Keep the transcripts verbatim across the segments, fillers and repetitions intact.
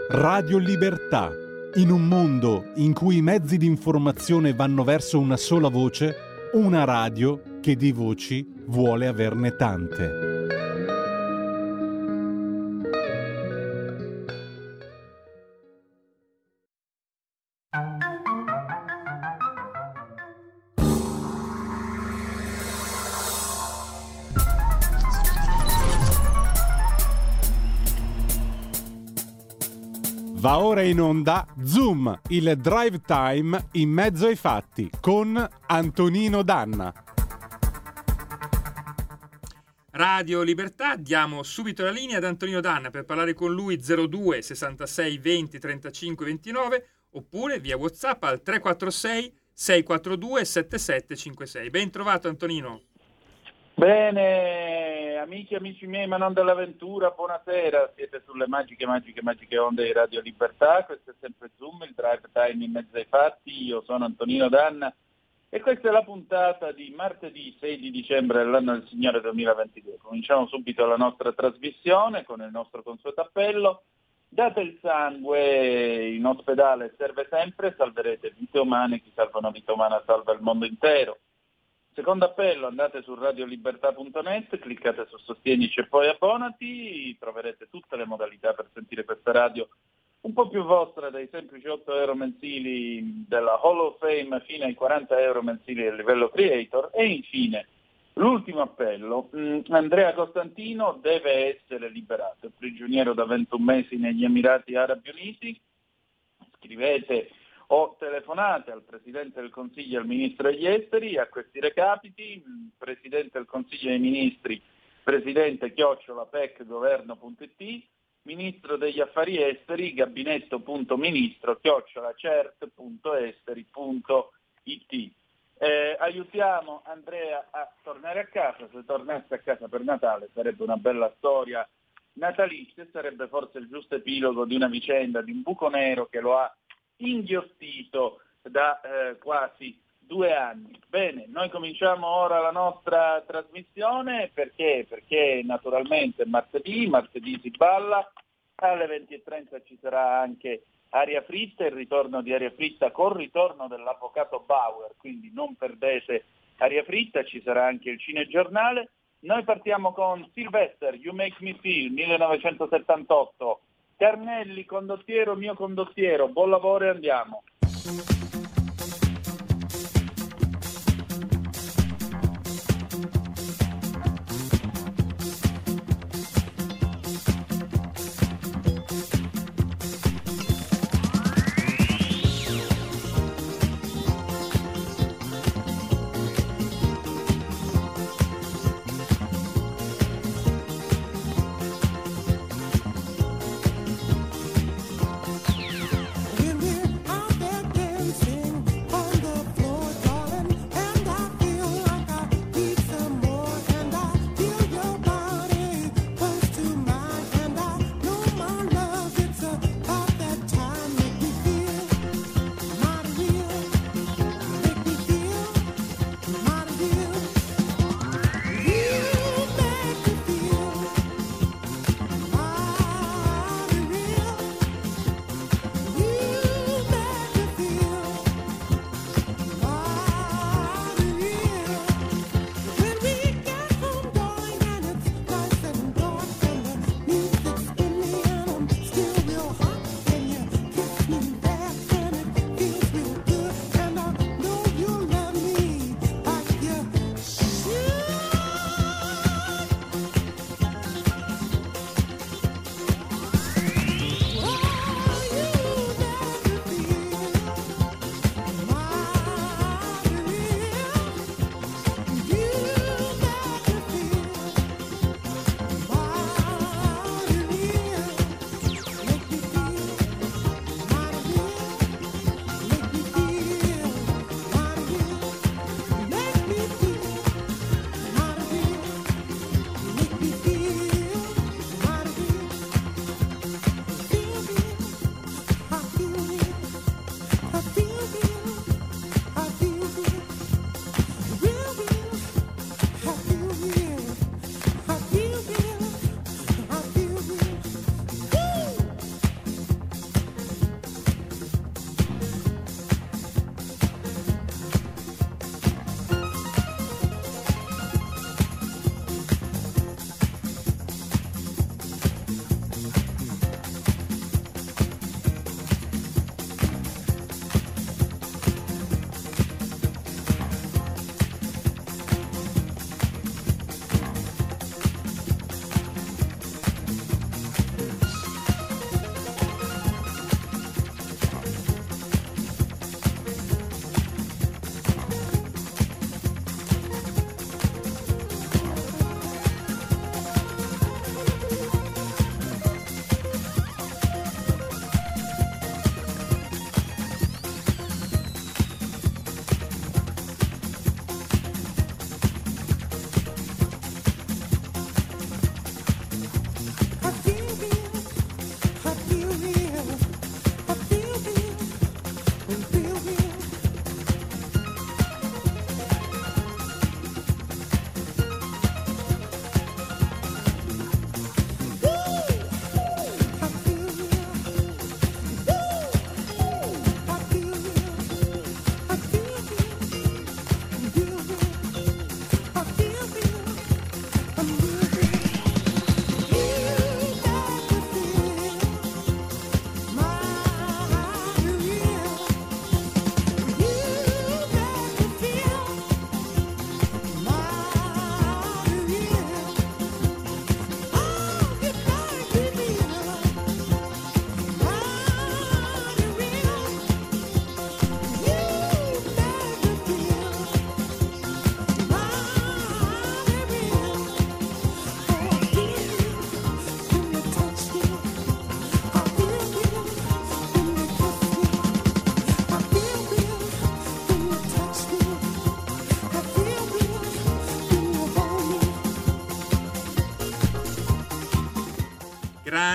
Radio Libertà. In un mondo in cui i mezzi di informazione vanno verso una sola voce, una radio che di voci vuole averne tante. Va ora in onda Zoom, il drive time in mezzo ai fatti con Antonino Danna. Radio Libertà, diamo subito la linea ad Antonino Danna per parlare con lui. Zero due sessantasei venti trentacinque ventinove oppure via WhatsApp al tre quattro sei sei quattro due sette sette cinque sei. Ben trovato Antonino. Bene, amici e amici miei, ma non dell'avventura, buonasera, siete sulle magiche, magiche, magiche onde di Radio Libertà, questo è sempre Zoom, il drive time in mezzo ai fatti, io sono Antonino Danna e questa è la puntata di martedì sei di dicembre dell'anno del Signore duemilaventidue. Cominciamo subito la nostra trasmissione con il nostro consueto appello: date il sangue, in ospedale serve sempre, salverete vite umane, chi salva una vita umana salva il mondo intero. Secondo appello, andate su radio libertà punto net, cliccate su Sostienici e poi abbonati, troverete tutte le modalità per sentire questa radio un po' più vostra, dai semplici otto euro mensili della Hall of Fame fino ai quaranta euro mensili del livello creator. E infine, l'ultimo appello, Andrea Costantino deve essere liberato, è prigioniero da ventuno mesi negli Emirati Arabi Uniti. Scrivete o telefonate al Presidente del Consiglio e al Ministro degli Esteri a questi recapiti: Presidente del Consiglio dei Ministri, presidente chiocciola pecgoverno.it, Ministro degli Affari Esteri, gabinetto.ministro chiocciola cert.esteri.it. Eh, aiutiamo Andrea a tornare a casa. Se tornasse a casa per Natale sarebbe una bella storia natalizia, sarebbe forse il giusto epilogo di una vicenda, di un buco nero che lo ha inghiottito da eh, quasi due anni. Bene, noi cominciamo ora la nostra trasmissione perché perché naturalmente martedì, martedì si balla, alle venti e trenta ci sarà anche Aria Fritta, il ritorno di Aria Fritta con ritorno dell'avvocato Bauer, quindi non perdete Aria Fritta, ci sarà anche il cinegiornale. Noi partiamo con Sylvester, You Make Me Feel, millenovecentosettantotto. Carnelli, condottiero, mio condottiero, buon lavoro e andiamo. When we're out there dancing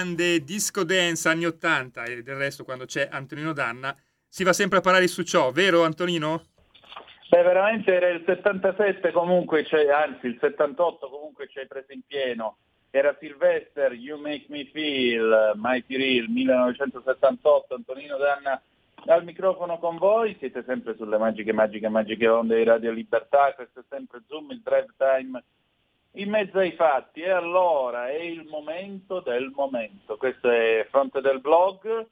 grande disco dance anni ottanta, e del resto quando c'è Antonino Danna si va sempre a parlare su ciò, vero Antonino? Beh, veramente era il settantasette, comunque c'è, anzi il settantotto comunque ci hai preso in pieno. Era Sylvester, You Make Me Feel, Mighty Real, millenovecentosettantotto, Antonino Danna al microfono con voi, siete sempre sulle magiche, magiche, magiche onde di Radio Libertà, questo è sempre Zoom, il drive time in mezzo ai fatti. E allora è il momento del momento, questo è Fronte del Blog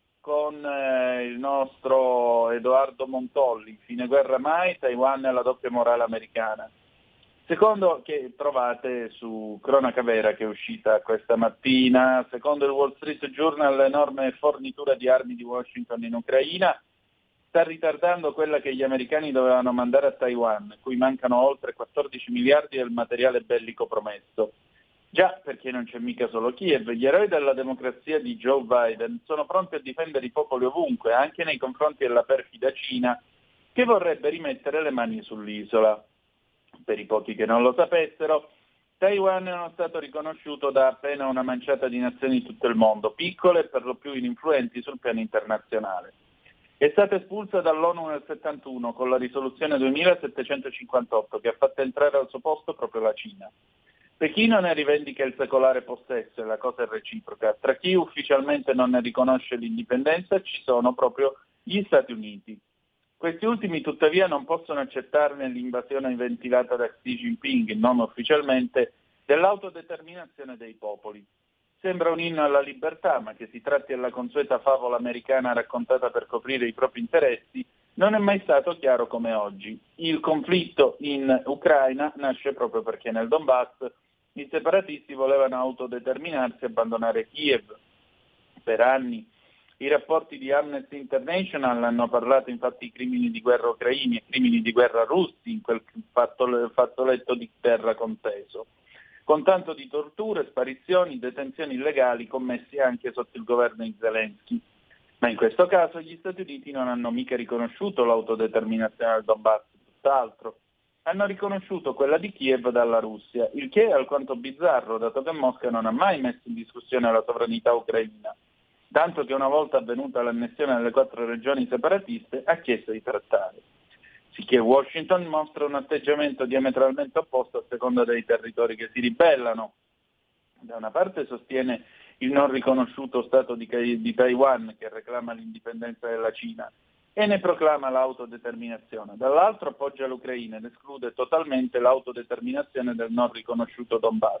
con eh, il nostro Edoardo Montolli, Fine guerra mai, Taiwan e la doppia morale americana. Secondo che trovate su Cronaca Vera, che è uscita questa mattina, secondo il Wall Street Journal l'enorme fornitura di armi di Washington in Ucraina sta ritardando quella che gli americani dovevano mandare a Taiwan, cui mancano oltre quattordici miliardi del materiale bellico promesso. Già, perché non c'è mica solo Kiev, gli eroi della democrazia di Joe Biden sono pronti a difendere i popoli ovunque, anche nei confronti della perfida Cina, che vorrebbe rimettere le mani sull'isola. Per i pochi che non lo sapessero, Taiwan è uno stato riconosciuto da appena una manciata di nazioni di tutto il mondo, piccole e per lo più ininfluenti sul piano internazionale. È stata espulsa dall'ONU nel settantuno con la risoluzione duemilasettecentocinquantotto che ha fatto entrare al suo posto proprio la Cina. Pechino ne rivendica il secolare possesso e la cosa è reciproca. Tra chi ufficialmente non ne riconosce l'indipendenza ci sono proprio gli Stati Uniti. Questi ultimi tuttavia non possono accettarne l'invasione ventilata da Xi Jinping, non ufficialmente, dell'autodeterminazione dei popoli. Sembra un inno alla libertà, ma che si tratti della consueta favola americana raccontata per coprire i propri interessi, non è mai stato chiaro come oggi. Il conflitto in Ucraina nasce proprio perché nel Donbass i separatisti volevano autodeterminarsi e abbandonare Kiev. Per anni i rapporti di Amnesty International hanno parlato infatti di crimini di guerra ucraini e crimini di guerra russi in quel fazzoletto di terra conteso, con tanto di torture, sparizioni, detenzioni illegali commessi anche sotto il governo di Zelensky. Ma in questo caso gli Stati Uniti non hanno mica riconosciuto l'autodeterminazione del Donbass, tutt'altro. Hanno riconosciuto quella di Kiev dalla Russia, il che è alquanto bizzarro, dato che Mosca non ha mai messo in discussione la sovranità ucraina, tanto che una volta avvenuta l'annessione delle quattro regioni separatiste ha chiesto di trattare. Sicché Washington mostra un atteggiamento diametralmente opposto a seconda dei territori che si ribellano. Da una parte sostiene il non riconosciuto Stato di, di Taiwan, che reclama l'indipendenza della Cina e ne proclama l'autodeterminazione, dall'altro appoggia l'Ucraina ed esclude totalmente l'autodeterminazione del non riconosciuto Donbass.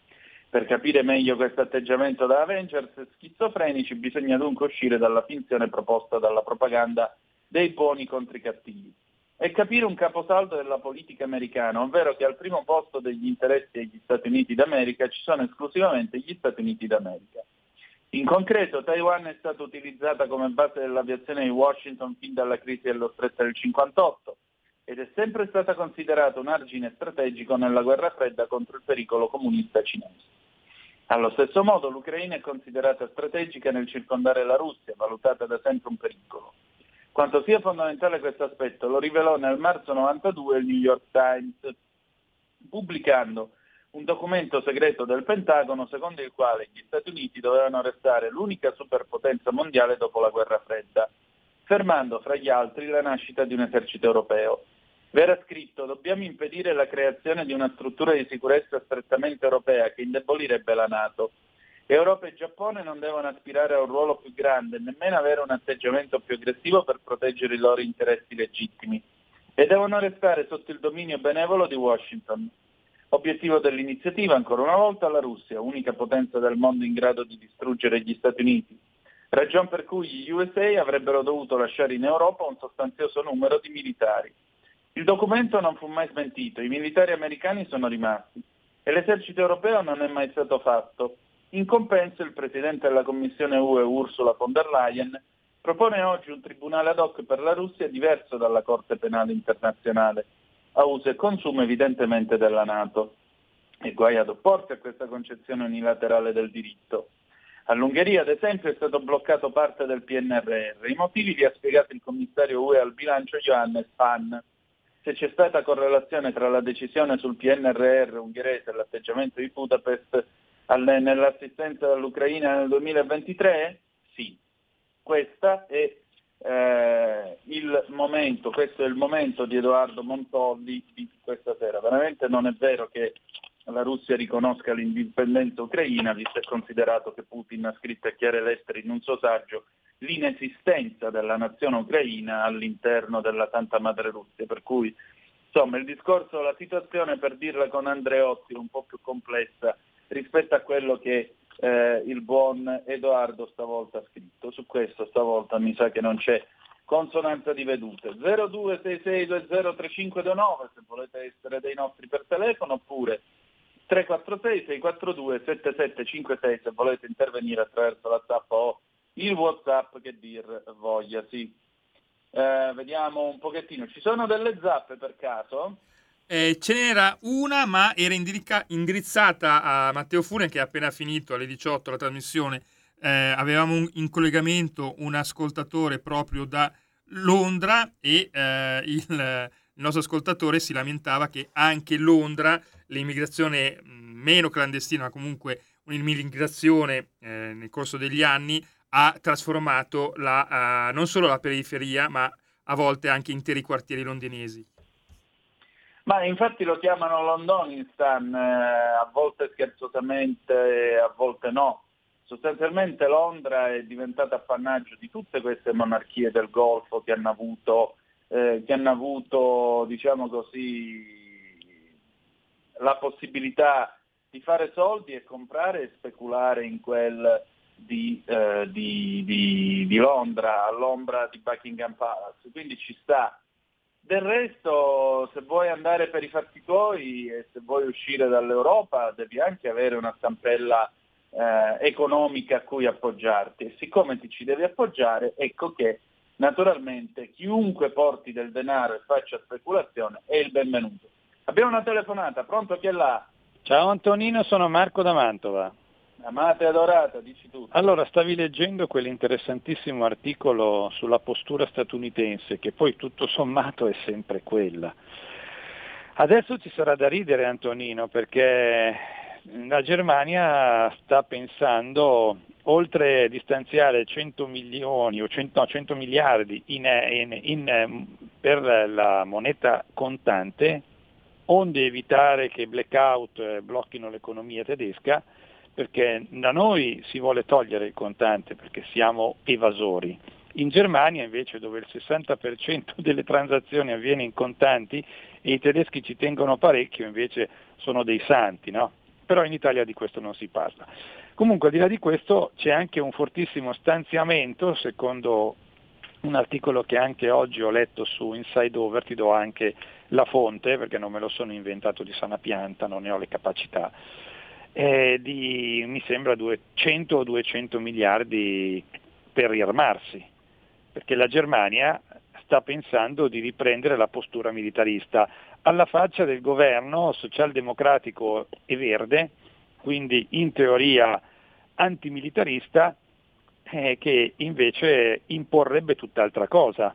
Per capire meglio questo atteggiamento da Avengers schizofrenici bisogna dunque uscire dalla finzione proposta dalla propaganda dei buoni contro i cattivi e capire un caposaldo della politica americana, ovvero che al primo posto degli interessi degli Stati Uniti d'America ci sono esclusivamente gli Stati Uniti d'America. In concreto, Taiwan è stata utilizzata come base dell'aviazione di Washington fin dalla crisi dello stretto del cinquantotto ed è sempre stata considerata un argine strategico nella guerra fredda contro il pericolo comunista cinese. Allo stesso modo l'Ucraina è considerata strategica nel circondare la Russia, valutata da sempre un pericolo. Quanto sia fondamentale questo aspetto lo rivelò nel marzo novantadue il New York Times, pubblicando un documento segreto del Pentagono secondo il quale gli Stati Uniti dovevano restare l'unica superpotenza mondiale dopo la guerra fredda, fermando fra gli altri la nascita di un esercito europeo. V'era scritto: dobbiamo impedire la creazione di una struttura di sicurezza strettamente europea che indebolirebbe la NATO. Europa e Giappone non devono aspirare a un ruolo più grande, nemmeno avere un atteggiamento più aggressivo per proteggere i loro interessi legittimi, e devono restare sotto il dominio benevolo di Washington. Obiettivo dell'iniziativa, ancora una volta, la Russia, unica potenza del mondo in grado di distruggere gli Stati Uniti, ragion per cui gli U S A avrebbero dovuto lasciare in Europa un sostanzioso numero di militari. Il documento non fu mai smentito, i militari americani sono rimasti e l'esercito europeo non è mai stato fatto. In compenso il Presidente della Commissione U E Ursula von der Leyen propone oggi un tribunale ad hoc per la Russia diverso dalla Corte Penale Internazionale, a uso e consumo evidentemente della NATO. E guai ad opporsi a questa concezione unilaterale del diritto. All'Ungheria, ad esempio, è stato bloccato parte del P N R R. I motivi li ha spiegati il commissario U E al bilancio Johannes Hahn. Se c'è stata correlazione tra la decisione sul P N R R ungherese e l'atteggiamento di Budapest, alle, nell'assistenza all'Ucraina nel duemilaventitré? Sì, questa è eh, il momento, questo è il momento di Edoardo Montolli di questa sera. Veramente non è vero che la Russia riconosca l'indipendenza ucraina, visto e considerato che Putin ha scritto a chiare lettere in un suo saggio l'inesistenza della nazione ucraina all'interno della Santa Madre Russia, per cui insomma il discorso, la situazione, per dirla con Andreotti, è un po' più complessa rispetto a quello che eh, il buon Edoardo stavolta ha scritto. Su questo stavolta mi sa che non c'è consonanza di vedute. zero due sei sei due zero tre cinque due nove se volete essere dei nostri per telefono, oppure tre quattro sei sei quattro due sette sette cinque sei se volete intervenire attraverso la zappa o il WhatsApp, che dir voglia. Sì. Eh, vediamo un pochettino, ci sono delle zappe per caso? Eh, ce n'era una, ma era indirica- indirizzata a Matteo Fune, che ha appena finito alle diciotto la trasmissione. Eh, avevamo un, in collegamento un ascoltatore proprio da Londra e eh, il, il nostro ascoltatore si lamentava che anche Londra, l'immigrazione meno clandestina, ma comunque un'immigrazione eh, nel corso degli anni, ha trasformato la, uh, non solo la periferia, ma a volte anche interi quartieri londinesi. Ma infatti lo chiamano Londonistan, eh, a volte scherzosamente, a volte no. Sostanzialmente Londra è diventata appannaggio di tutte queste monarchie del Golfo che hanno avuto, eh, che hanno avuto, diciamo così, la possibilità di fare soldi e comprare e speculare in quel di, eh, di, di, di Londra, all'ombra di Buckingham Palace. Quindi ci sta. Del resto, se vuoi andare per i fatti tuoi e se vuoi uscire dall'Europa, devi anche avere una stampella eh, economica a cui appoggiarti. E siccome ti ci devi appoggiare, ecco che naturalmente chiunque porti del denaro e faccia speculazione è il benvenuto. Abbiamo una telefonata, pronto, chi è là? Ciao Antonino, sono Marco da Mantova. Amata e adorata, dici tu. Allora, stavi leggendo quell'interessantissimo articolo sulla postura statunitense, che poi tutto sommato è sempre quella. Adesso ci sarà da ridere, Antonino, perché la Germania sta pensando, oltre a distanziare cento milioni o cento, no, cento miliardi in, in, in, per la moneta contante, onde evitare che blackout blocchino l'economia tedesca, perché da noi si vuole togliere il contante perché siamo evasori. In Germania invece, dove il sessanta per cento delle transazioni avviene in contanti e i tedeschi ci tengono parecchio, invece sono dei santi, no? Però in Italia di questo non si parla. Comunque, al di là di questo, c'è anche un fortissimo stanziamento, secondo un articolo che anche oggi ho letto su Inside Over, ti do anche la fonte perché non me lo sono inventato di sana pianta, non ne ho le capacità. Eh, di, mi sembra cento o duecento miliardi per riarmarsi, perché la Germania sta pensando di riprendere la postura militarista alla faccia del governo socialdemocratico e verde, quindi in teoria antimilitarista, eh, che invece imporrebbe tutt'altra cosa.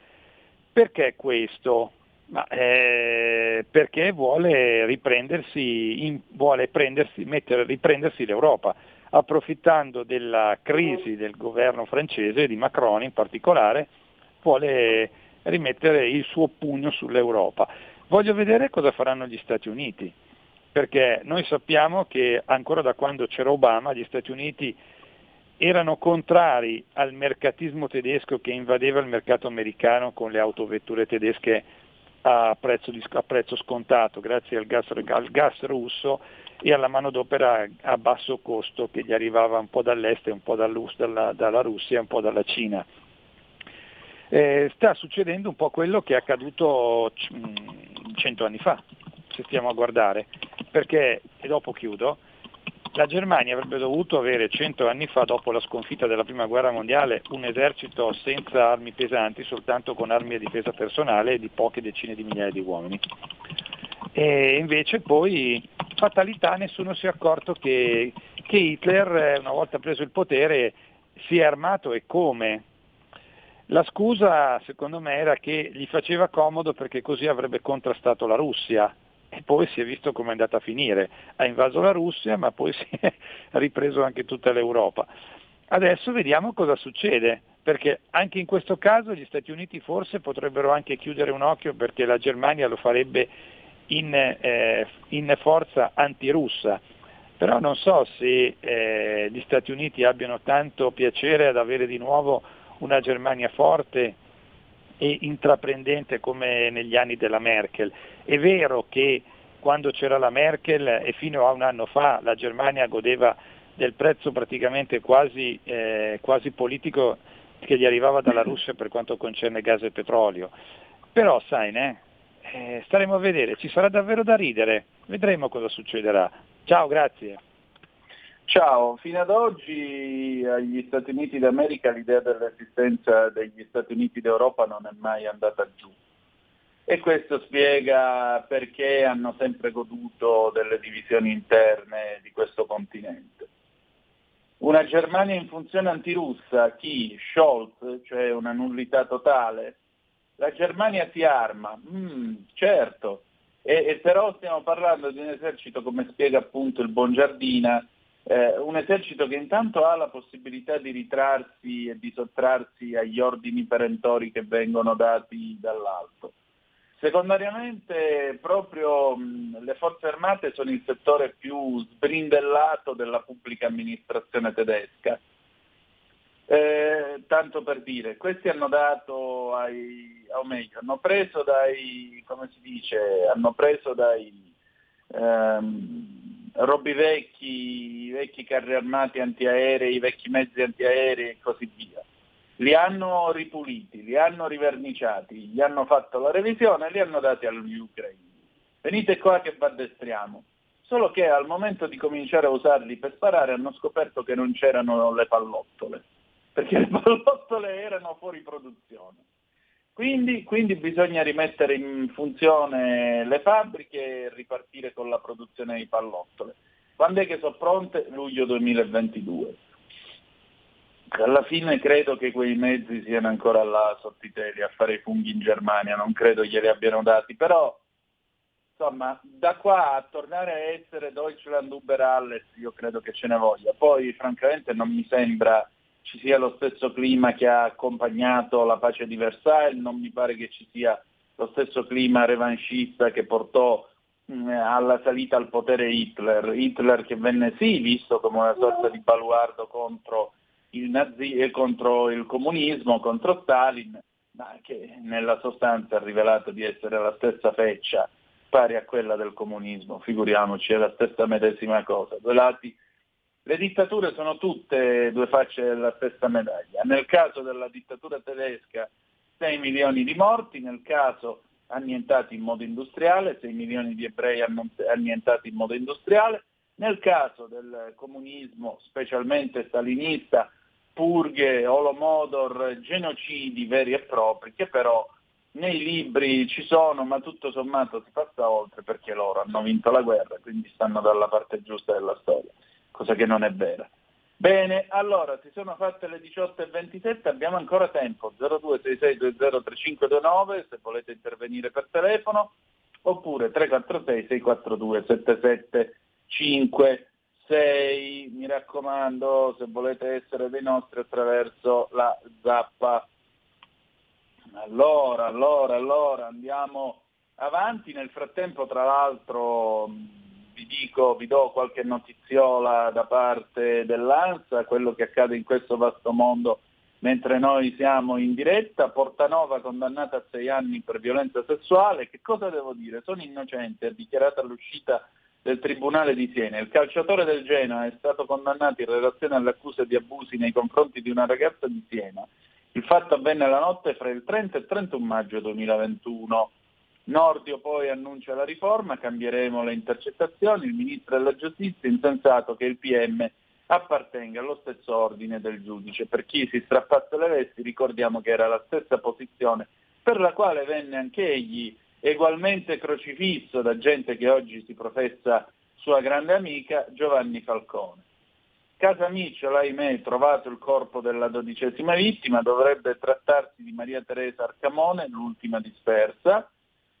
Perché questo? Ma, eh, perché vuole riprendersi, in, vuole prendersi, mettere, riprendersi l'Europa, approfittando della crisi del governo francese, di Macron in particolare, vuole rimettere il suo pugno sull'Europa. Voglio vedere cosa faranno gli Stati Uniti, perché noi sappiamo che ancora da quando c'era Obama gli Stati Uniti erano contrari al mercatismo tedesco che invadeva il mercato americano con le autovetture tedesche a prezzo, di, a prezzo scontato grazie al gas, al gas russo e alla manodopera a basso costo che gli arrivava un po' dall'est, un po' dalla, dalla Russia e un po' dalla Cina. Eh, sta succedendo un po' quello che è accaduto cento anni fa, se stiamo a guardare, perché, e dopo chiudo, la Germania avrebbe dovuto avere cento anni fa, dopo la sconfitta della prima guerra mondiale, un esercito senza armi pesanti, soltanto con armi a difesa personale di poche decine di migliaia di uomini. E invece poi, fatalità, nessuno si è accorto che, che Hitler, una volta preso il potere, si è armato, e come? La scusa, secondo me, era che gli faceva comodo perché così avrebbe contrastato la Russia. e poi si è visto come è andata a finire. Ha invaso la Russia, ma poi si è ripreso anche tutta l'Europa. Adesso vediamo cosa succede, perché anche in questo caso gli Stati Uniti forse potrebbero anche chiudere un occhio, perché la Germania lo farebbe in, eh, in forza antirussa. Però non so se eh, gli Stati Uniti abbiano tanto piacere ad avere di nuovo una Germania forte e intraprendente come negli anni della Merkel. È vero che quando c'era la Merkel e fino a un anno fa la Germania godeva del prezzo praticamente quasi, eh, quasi politico che gli arrivava dalla Russia per quanto concerne gas e petrolio. Però sai, né? Eh, staremo a vedere, ci sarà davvero da ridere, vedremo cosa succederà. Ciao, grazie. Ciao, fino ad oggi agli Stati Uniti d'America l'idea dell'esistenza degli Stati Uniti d'Europa non è mai andata giù. E questo spiega perché hanno sempre goduto delle divisioni interne di questo continente. Una Germania in funzione antirussa, chi? Scholz, cioè una nullità totale? La Germania si arma, mm, certo, e, e però stiamo parlando di un esercito, come spiega appunto il buon Giardina, eh, un esercito che intanto ha la possibilità di ritrarsi e di sottrarsi agli ordini perentori che vengono dati dall'alto. Secondariamente proprio mh, le forze armate sono il settore più sbrindellato della pubblica amministrazione tedesca. Eh, tanto per dire, questi hanno dato ai, o meglio, hanno preso dai, come si dice, hanno preso dai ehm, robi vecchi, i vecchi carri armati antiaerei, i vecchi mezzi antiaerei e così via. Li hanno ripuliti, li hanno riverniciati, gli hanno fatto la revisione e li hanno dati agli ucraini. Venite qua che vi addestriamo. Solo che al momento di cominciare a usarli per sparare hanno scoperto che non c'erano le pallottole, perché le pallottole erano fuori produzione. Quindi, quindi bisogna rimettere in funzione le fabbriche e ripartire con la produzione di pallottole. Quando è che sono pronte? Luglio duemilaventidue. Alla fine credo che quei mezzi siano ancora là sotto i teli a fare i funghi in Germania, non credo glieli abbiano dati, però insomma da qua a tornare a essere Deutschland über alles io credo che ce ne voglia. Poi francamente non mi sembra ci sia lo stesso clima che ha accompagnato la pace di Versailles, non mi pare che ci sia lo stesso clima revanchista che portò mh, alla salita al potere Hitler, Hitler che venne sì visto come una sorta di baluardo contro il nazi- e contro il comunismo, contro Stalin, ma che nella sostanza ha rivelato di essere la stessa feccia pari a quella del comunismo, figuriamoci, è la stessa medesima cosa, due lati. Le dittature sono tutte due facce della stessa medaglia. Nel caso della dittatura tedesca sei milioni di morti, nel caso annientati in modo industriale, sei milioni di ebrei annientati in modo industriale, nel caso del comunismo, specialmente stalinista, purghe, Holodomor, genocidi veri e propri, che però nei libri ci sono, ma tutto sommato si passa oltre perché loro hanno vinto la guerra, quindi stanno dalla parte giusta della storia, cosa che non è vera. Bene, allora si sono fatte le diciotto e ventisette, abbiamo ancora tempo, zero due sei sei due zero tre cinque due nove se volete intervenire per telefono, oppure tre quattro sei sei quattro due sette sette cinque sei, mi raccomando, se volete essere dei nostri attraverso la zappa. Allora, allora, allora, andiamo avanti. Nel frattempo, tra l'altro, vi dico, vi do qualche notiziola da parte dell'ANSA, quello che accade in questo vasto mondo mentre noi siamo in diretta. Portanova condannata a sei anni per violenza sessuale. Che cosa devo dire? Sono innocente, ha dichiarato all'uscita del Tribunale di Siena. Il calciatore del Genoa è stato condannato in relazione alle accuse di abusi nei confronti di una ragazza di Siena. Il fatto avvenne la notte fra il trenta e il trentuno maggio duemilaventuno. Nordio poi annuncia la riforma, cambieremo le intercettazioni, il ministro della giustizia insensato che il P M appartenga allo stesso ordine del giudice. Per chi si strappasse le vesti ricordiamo che era la stessa posizione per la quale venne anche egli egualmente crocifisso da gente che oggi si professa sua grande amica, Giovanni Falcone. Casa Micciola, ahimè, trovato il corpo della dodicesima vittima, dovrebbe trattarsi di Maria Teresa Arcamone, l'ultima dispersa.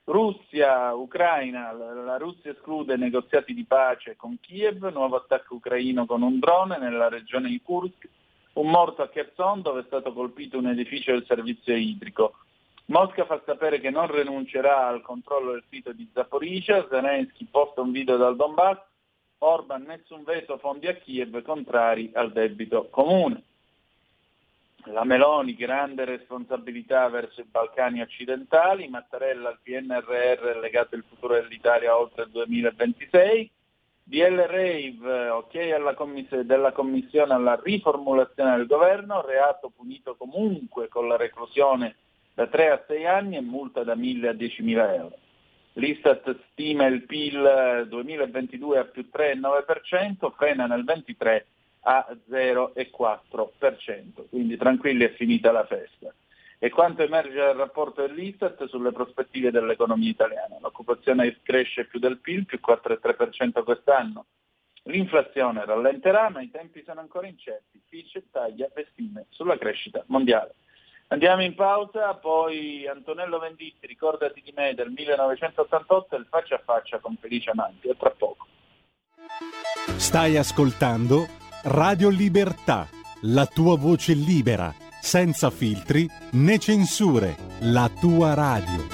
Russia, Ucraina, la Russia esclude negoziati di pace con Kiev, nuovo attacco ucraino con un drone nella regione di Kursk, un morto a Kherson dove è stato colpito un edificio del servizio idrico. Mosca fa sapere che non rinuncerà al controllo del sito di Zaporizhzhia, Zelensky posta un video dal Donbass, Orban nessun veto fondi a Kiev contrari al debito comune. La Meloni, grande responsabilità verso i Balcani occidentali, Mattarella al P N R R legato il futuro dell'Italia oltre il duemilaventisei, D L Rave, ok alla commiss- della Commissione alla riformulazione del governo, reato punito comunque con la reclusione da tre a sei anni e multa da mille a diecimila euro. L'Istat stima il P I L duemilaventidue a più tre virgola nove per cento, frena nel ventitré a zero virgola quattro per cento, quindi tranquilli, è finita la festa. E quanto emerge dal rapporto dell'Istat sulle prospettive dell'economia italiana? L'occupazione cresce più del P I L, più quattro virgola tre per cento quest'anno. L'inflazione rallenterà, ma i tempi sono ancora incerti. Fitch taglia le stime sulla crescita mondiale. Andiamo in pausa, poi Antonello Venditti, ricordati di me, del millenovecentottantotto, il faccia a faccia con Felice Amanti, a tra poco. Stai ascoltando Radio Libertà, la tua voce libera, senza filtri né censure, la tua radio.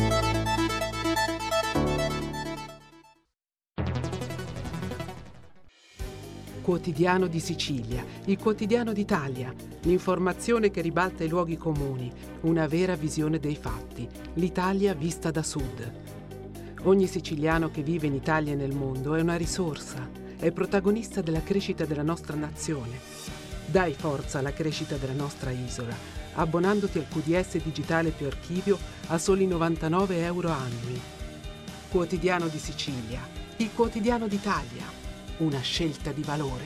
Quotidiano di Sicilia, il quotidiano d'Italia, l'informazione che ribalta i luoghi comuni, una vera visione dei fatti, l'Italia vista da sud. Ogni siciliano che vive in Italia e nel mondo è una risorsa, è protagonista della crescita della nostra nazione. Dai forza alla crescita della nostra isola, abbonandoti al Q D S digitale più archivio a soli novantanove euro annui. Quotidiano di Sicilia, il quotidiano d'Italia. Una scelta di valore.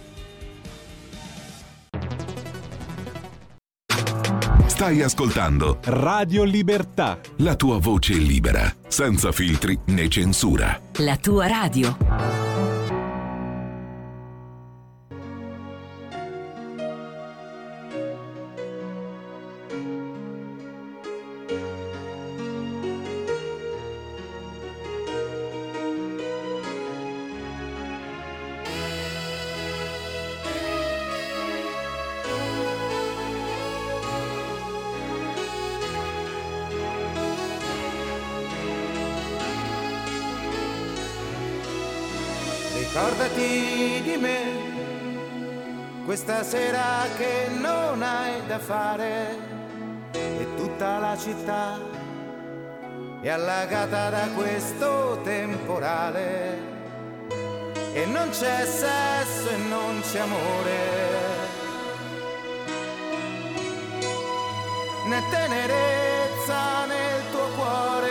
Stai ascoltando Radio Libertà, la tua voce libera, senza filtri né censura. La tua radio. Ricordati di me, questa sera che non hai da fare, e tutta la città è allagata da questo temporale, e non c'è sesso e non c'è amore, né tenerezza nel tuo cuore.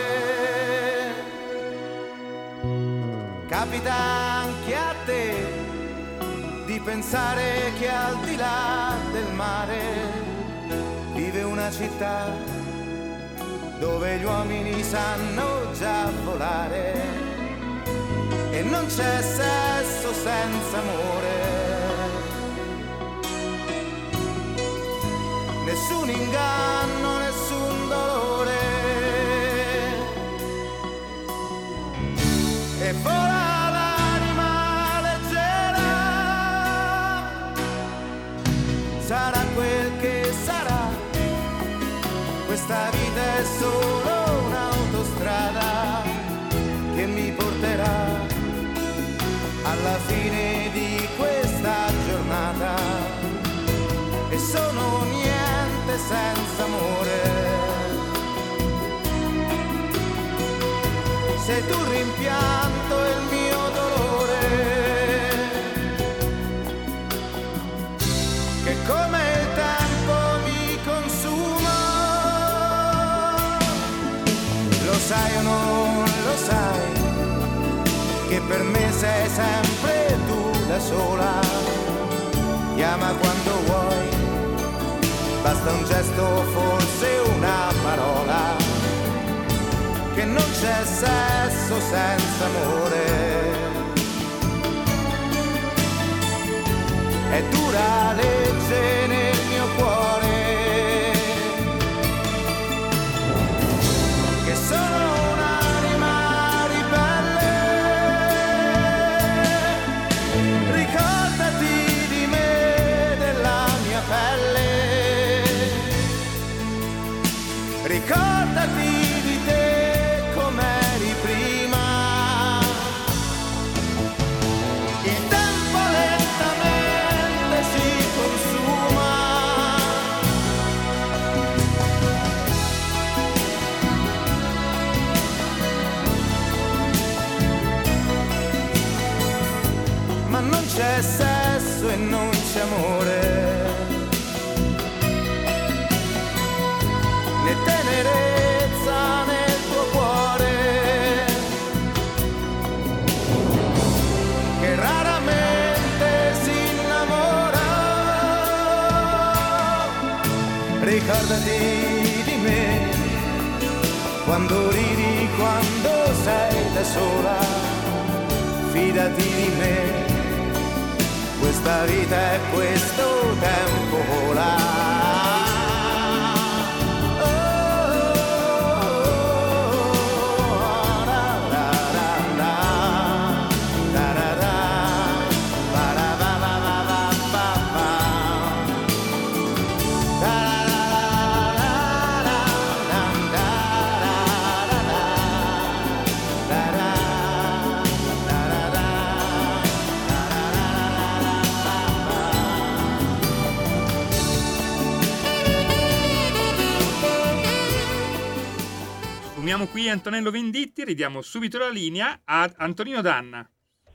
Capita anche a te di pensare che al di là del mare vive una città dove gli uomini sanno già volare, e non c'è sesso senza amore, nessun inganno, nessun dolore, e vola sarà quel che sarà, questa vita è solo un'autostrada che mi porterà alla fine di questa giornata, e sono niente senza amore. Sei tu il rimpianto e il mio dolore, che come il tempo mi consuma. Lo sai o non lo sai, che per me sei sempre tu da sola. Chiama quando vuoi, basta un gesto, forse una parola, che non c'è sesso senza amore. È dura legge nel mio cuore, che sono una ricordati di me, quando ridi, quando sei da sola, fidati di me, questa vita è questo tempo vola. Sfumiamo qui Antonello Venditti, ridiamo subito la linea a Antonino Danna.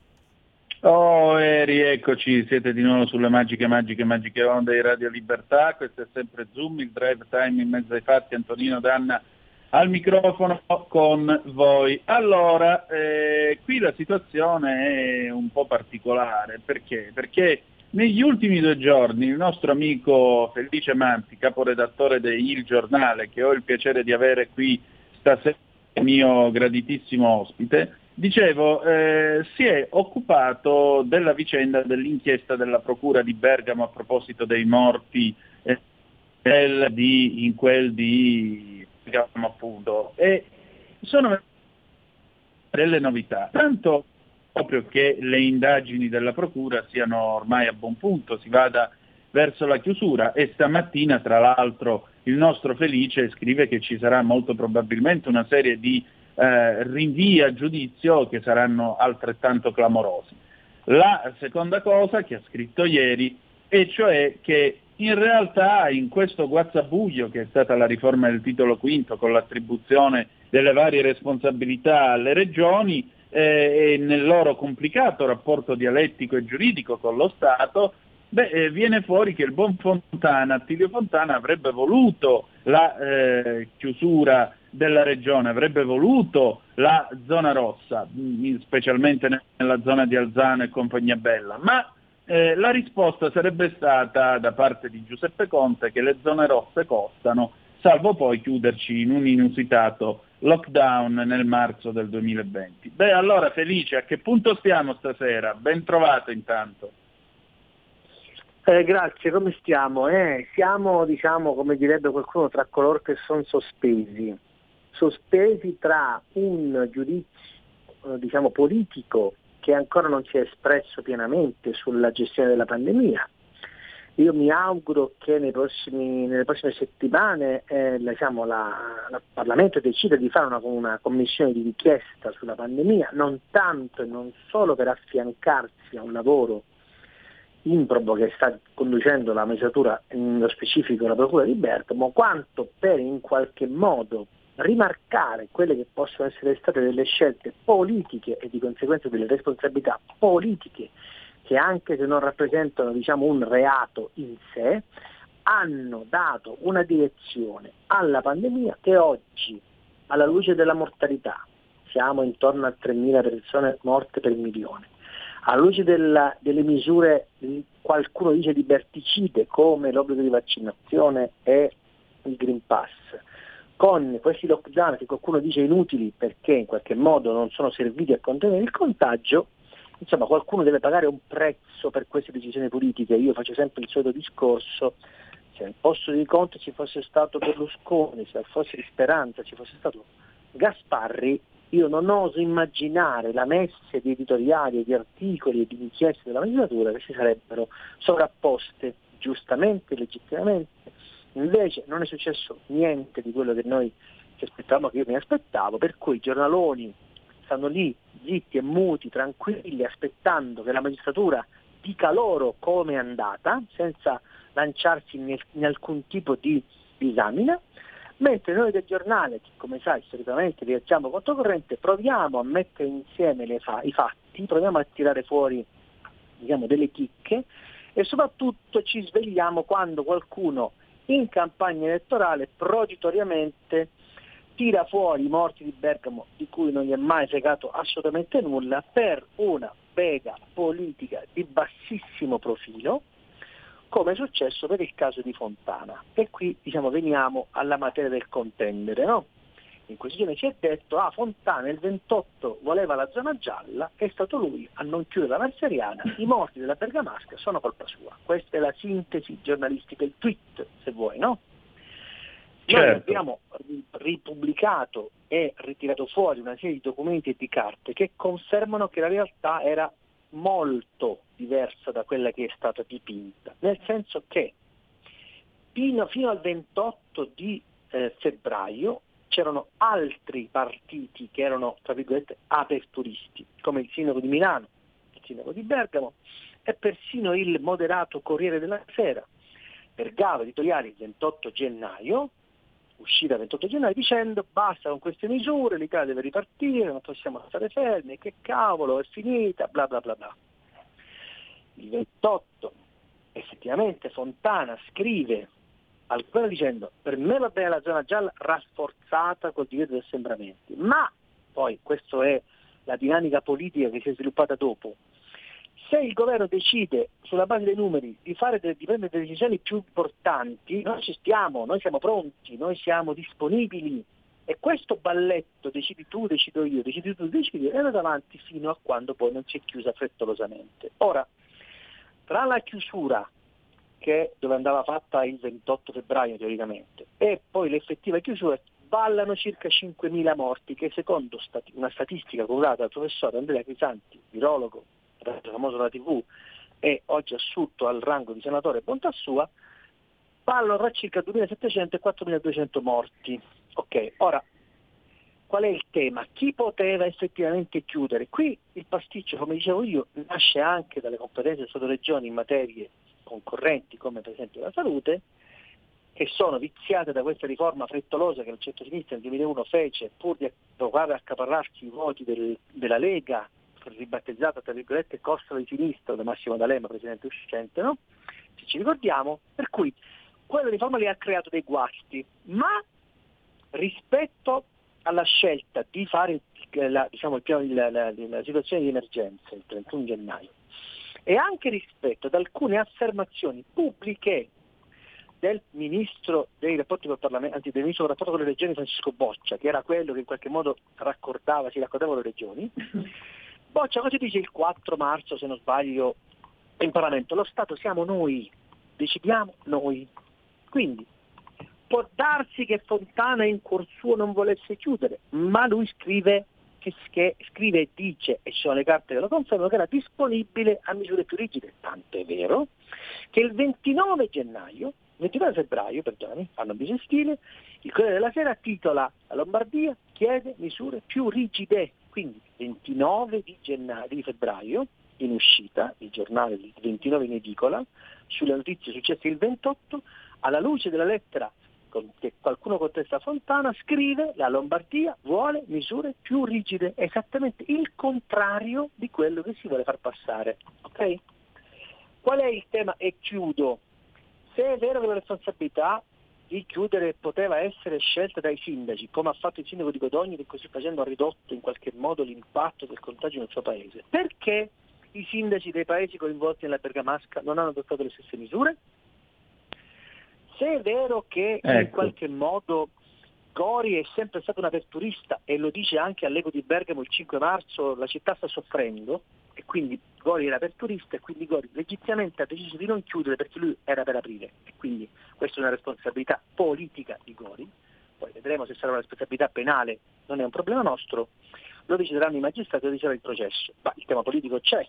Oh, e rieccoci, siete di nuovo sulle magiche, magiche, magiche onde di Radio Libertà. Questo è sempre Zoom, il drive time in mezzo ai fatti. Antonino Danna al microfono con voi. Allora, eh, qui la situazione è un po' particolare. Perché? Perché negli ultimi due giorni il nostro amico Felice Manti, caporedattore de Il Giornale, che ho il piacere di avere qui stasera, mio graditissimo ospite, dicevo, eh, si è occupato della vicenda dell'inchiesta della Procura di Bergamo a proposito dei morti eh, di, in quel di Bergamo appunto, e sono delle novità, tanto proprio che le indagini della Procura siano ormai a buon punto, si vada verso la chiusura, e stamattina tra l'altro il nostro Felice scrive che ci sarà molto probabilmente una serie di eh, rinvii a giudizio che saranno altrettanto clamorosi. La seconda cosa che ha scritto ieri è cioè che in realtà in questo guazzabuglio che è stata la riforma del titolo quinto con l'attribuzione delle varie responsabilità alle regioni eh, e nel loro complicato rapporto dialettico e giuridico con lo Stato, Beh, eh, viene fuori che il buon Fontana, Attilio Fontana, avrebbe voluto la eh, chiusura della regione, avrebbe voluto la zona rossa, mh, specialmente nella zona di Alzano e compagnia bella, ma eh, la risposta sarebbe stata da parte di Giuseppe Conte che le zone rosse costano, salvo poi chiuderci in un inusitato lockdown nel marzo del duemilaventi. Beh, allora Felice, a che punto stiamo stasera? Ben trovato intanto. Eh, grazie, come stiamo? Eh, siamo, diciamo, come direbbe qualcuno, tra coloro che sono sospesi, sospesi tra un giudizio, eh, diciamo, politico che ancora non si è espresso pienamente sulla gestione della pandemia. Io mi auguro che nei prossimi, nelle prossime settimane eh, diciamo, la, la Parlamento decida di fare una, una commissione di inchiesta sulla pandemia, non tanto e non solo per affiancarsi a un lavoro improbo che sta conducendo la magistratura, nello specifico la Procura di Bergamo, quanto per in qualche modo rimarcare quelle che possono essere state delle scelte politiche e di conseguenza delle responsabilità politiche che, anche se non rappresentano, diciamo, un reato in sé, hanno dato una direzione alla pandemia che oggi, alla luce della mortalità, siamo intorno a tremila persone morte per milione, alla luce della, delle misure, qualcuno dice liberticide, come l'obbligo di vaccinazione e il Green Pass, con questi lockdown che qualcuno dice inutili perché in qualche modo non sono serviti a contenere il contagio, insomma qualcuno deve pagare un prezzo per queste decisioni politiche. Io faccio sempre il solito discorso: se al posto di Conte ci fosse stato Berlusconi, se al posto di Speranza ci fosse stato Gasparri, io non oso immaginare la messe di editoriali, di articoli e di inchieste della magistratura che si sarebbero sovrapposte giustamente, legittimamente. Invece non è successo niente di quello che noi ci aspettavamo, che io mi aspettavo, per cui i giornaloni stanno lì zitti e muti, tranquilli, aspettando che la magistratura dica loro come è andata, senza lanciarsi in, in alcun tipo di disamina, mentre noi del giornale, che come sai solitamente viaggiamo controcorrente, proviamo a mettere insieme le fa- i fatti, proviamo a tirare fuori, diciamo, delle chicche, e soprattutto ci svegliamo quando qualcuno in campagna elettorale proditoriamente tira fuori i morti di Bergamo, di cui non gli è mai fregato assolutamente nulla, per una bega politica di bassissimo profilo, come è successo per il caso di Fontana. E qui diciamo veniamo alla materia del contendere, no? In questi giorni si è detto, ah, Fontana il ventotto voleva la zona gialla, è stato lui a non chiudere la Valseriana, i morti della Bergamasca sono colpa sua. Questa è la sintesi giornalistica, il tweet, se vuoi, no? Certo. Noi abbiamo ripubblicato e ritirato fuori una serie di documenti e di carte che confermano che la realtà era molto diversa da quella che è stata dipinta, nel senso che fino, fino al ventotto di eh, febbraio c'erano altri partiti che erano, tra virgolette, aperturisti, come il sindaco di Milano, il sindaco di Bergamo e persino il moderato Corriere della Sera. Bergamo editoriali il ventotto gennaio, uscita il ventotto gennaio dicendo basta con queste misure, l'Italia deve ripartire, non possiamo stare fermi, che cavolo, è finita, bla bla bla bla. Il ventotto effettivamente Fontana scrive al governo dicendo per me va bene la zona gialla rafforzata col divieto di assembramenti, ma poi questa è la dinamica politica che si è sviluppata dopo. Se il governo decide sulla base dei numeri di fare delle, di prendere delle decisioni più importanti, noi ci stiamo, noi siamo pronti, noi siamo disponibili, e questo balletto decidi tu, decido io, decidi tu, decidi io è andato avanti fino a quando poi non si è chiusa frettolosamente. Ora, tra la chiusura che dove andava fatta il ventotto febbraio teoricamente e poi l'effettiva chiusura ballano circa cinquemila morti, che secondo stati- una statistica curata dal professor Andrea Crisanti, virologo famoso della tivù e oggi assunto al rango di senatore bontà sua, ballano tra circa duemilasettecento e quattromiladuecento morti. Ok, ora qual è il tema? Chi poteva effettivamente chiudere? Qui il pasticcio, come dicevo io, nasce anche dalle competenze delle sottoregioni in materie concorrenti come per esempio la salute, che sono viziate da questa riforma frettolosa che il centro-sinistra nel duemilauno fece pur di provare a accaparrarsi i voti del, della Lega, ribattezzata tra virgolette costa di sinistra da Massimo D'Alema, presidente uscente, no? Se ci ricordiamo, per cui quella riforma lì ha creato dei guasti, ma rispetto alla scelta di fare la, diciamo, il piano, la, la, la situazione di emergenza il trentuno gennaio e anche rispetto ad alcune affermazioni pubbliche del ministro dei rapporti col Parlamento, anzi del ministro del rapporto con le regioni Francesco Boccia, che era quello che in qualche modo raccordava, si raccordava le regioni. Boccia cosa dice il quattro marzo, se non sbaglio, in Parlamento? Lo Stato siamo noi, decidiamo noi. Quindi può darsi che Fontana in cuor suo non volesse chiudere, ma lui scrive che, che scrive e dice, e ci sono le carte che lo confermano, che era disponibile a misure più rigide. Tanto è vero che il ventinove gennaio, ventinove febbraio, perdonami, fanno bisestile, il Corriere della Sera titola la Lombardia chiede misure più rigide. Quindi ventinove di, gennaio, di febbraio in uscita, il giornale il ventinove in edicola, sulle notizie successe il ventotto, alla luce della lettera che qualcuno contesta a Fontana, scrive la Lombardia vuole misure più rigide, esattamente il contrario di quello che si vuole far passare. Ok? Qual è il tema? E chiudo. Se è vero che la responsabilità di chiudere poteva essere scelta dai sindaci, come ha fatto il sindaco di Codogno, che così facendo ha ridotto in qualche modo l'impatto del contagio nel suo paese, perché i sindaci dei paesi coinvolti nella Bergamasca non hanno adottato le stesse misure? Se è vero che ecco. in qualche modo Gori è sempre stato un aperturista e lo dice anche all'Eco di Bergamo il cinque marzo, la città sta soffrendo e quindi Gori era aperturista e quindi Gori legittimamente ha deciso di non chiudere perché lui era per aprire e quindi questa è una responsabilità politica di Gori, poi vedremo se sarà una responsabilità penale, non è un problema nostro, lo decideranno i magistrati, lo deciderà il processo, ma il tema politico c'è.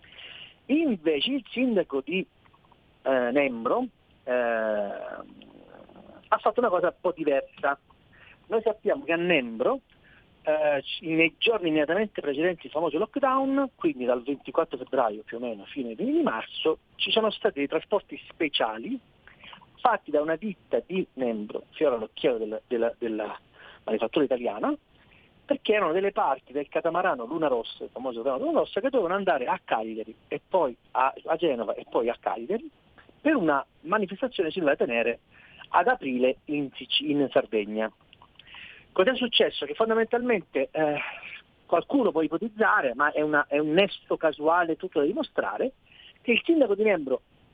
Invece il sindaco di eh, Nembro eh, ha fatto una cosa un po' diversa. Noi sappiamo che a Nembro eh, nei giorni immediatamente precedenti il famoso lockdown, quindi dal ventiquattro febbraio più o meno fino ai primi di marzo, ci sono stati dei trasporti speciali fatti da una ditta di Nembro, fiore all'occhiello della, della, della manifattura italiana, perché erano delle parti del catamarano Luna Rossa, il famoso catamarano Luna Rossa, che dovevano andare a Cagliari e poi a, a Genova e poi a Cagliari per una manifestazione che si doveva tenere ad aprile in, in Sardegna. Cos'è successo? Che fondamentalmente eh, qualcuno può ipotizzare, ma è, una, è un nesso casuale tutto da dimostrare, che il sindaco di Nembro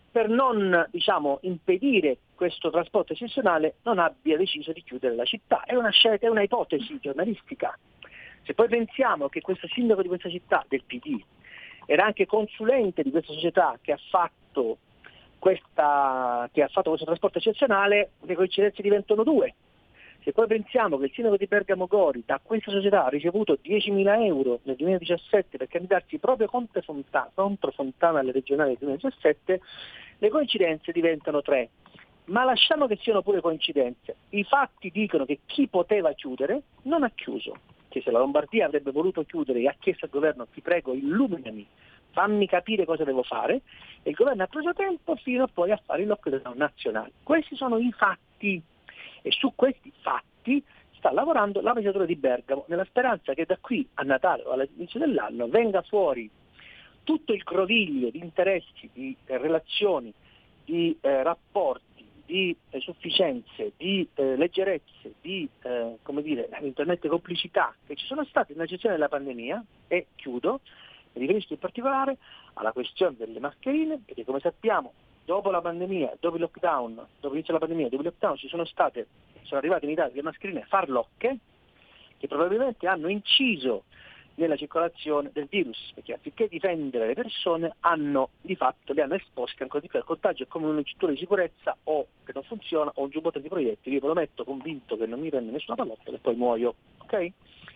per non, diciamo, impedire questo trasporto eccezionale, non abbia deciso di chiudere la città. È una scelta, è una ipotesi giornalistica. Se poi pensiamo che questo sindaco di questa città, del P D, era anche consulente di questa società che ha fatto questa, che ha fatto questo trasporto eccezionale, le coincidenze diventano due. Se poi pensiamo che il sindaco di Bergamo Gori da questa società ha ricevuto diecimila euro nel duemiladiciassette per candidarsi proprio contro Fontana, contro Fontana alle regionali del duemiladiciassette, le coincidenze diventano tre. Ma lasciamo che siano pure coincidenze. I fatti dicono che chi poteva chiudere non ha chiuso. Che se la Lombardia avrebbe voluto chiudere e ha chiesto al governo, ti prego, illuminami, fammi capire cosa devo fare, e il governo ha preso tempo fino a poi a fare il lockdown nazionale. Questi sono i fatti. E su questi fatti sta lavorando la magistratura di Bergamo, nella speranza che da qui a Natale o all'inizio dell'anno venga fuori tutto il groviglio di interessi, di eh, relazioni, di eh, rapporti, di eh, sufficienze, di eh, leggerezze, di eh, come dire, eventualmente complicità che ci sono state nella gestione della pandemia. E chiudo, mi riferisco in particolare alla questione delle mascherine, perché come sappiamo dopo la pandemia, dopo il lockdown, dopo l'inizio della pandemia, dopo il lockdown ci sono state, sono arrivate in Italia le mascherine farlocche che probabilmente hanno inciso nella circolazione del virus, perché anziché difendere le persone hanno di fatto le hanno esposte ancora di più al contagio. È come una cintura di sicurezza o che non funziona o un giubbotto di proiettili, io ve lo metto convinto che non mi prende nessuna pallottola e poi muoio, ok?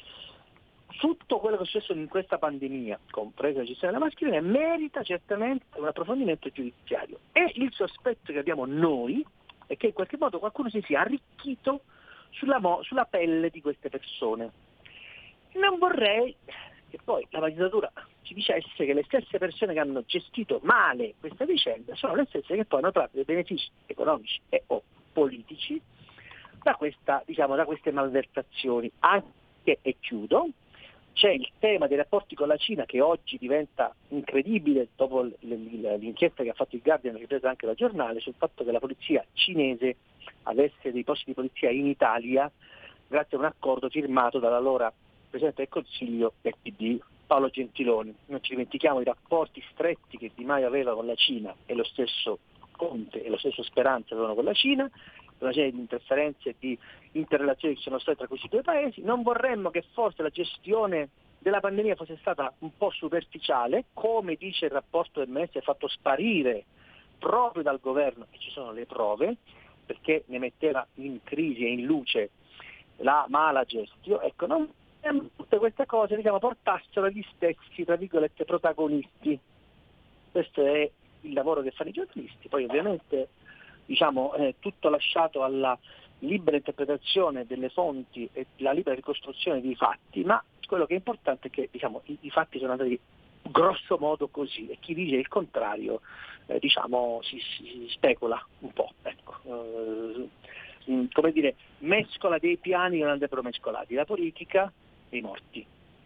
Tutto quello che è successo in questa pandemia, compresa la gestione della mascherina, merita certamente un approfondimento giudiziario. E il sospetto che abbiamo noi è che in qualche modo qualcuno si sia arricchito sulla, mo- sulla pelle di queste persone. Non vorrei che poi la magistratura ci dicesse che le stesse persone che hanno gestito male questa vicenda sono le stesse che poi hanno tratto dei benefici economici e o politici da, questa, diciamo, da queste malversazioni. Anche, e chiudo, c'è il tema dei rapporti con la Cina che oggi diventa incredibile dopo l'inchiesta che ha fatto il Guardian, ripresa anche dal giornale, sul fatto che la polizia cinese avesse dei posti di polizia in Italia grazie a un accordo firmato dall'allora Presidente del Consiglio del P D Paolo Gentiloni. Non ci dimentichiamo i rapporti stretti che Di Maio aveva con la Cina e lo stesso Conte e lo stesso Speranza avevano con la Cina, una serie di interferenze e di interrelazioni che sono state tra questi due paesi. Non vorremmo che forse la gestione della pandemia fosse stata un po' superficiale, come dice il rapporto del M S, fatto sparire proprio dal governo, e ci sono le prove, perché ne metteva in crisi e in luce la mala gestione. Ecco, non tutte queste cose, diciamo, portassero agli stessi, tra virgolette, protagonisti. Questo è il lavoro che fanno i giornalisti. Poi ovviamente, diciamo, è tutto lasciato alla libera interpretazione delle fonti e la libera ricostruzione dei fatti, ma quello che è importante è che, diciamo, i, i fatti sono andati grosso modo così, e chi dice il contrario eh, diciamo si, si specula un po', ecco. eh, come dire, mescola dei piani che non andrebbero mescolati, la politica e i morti.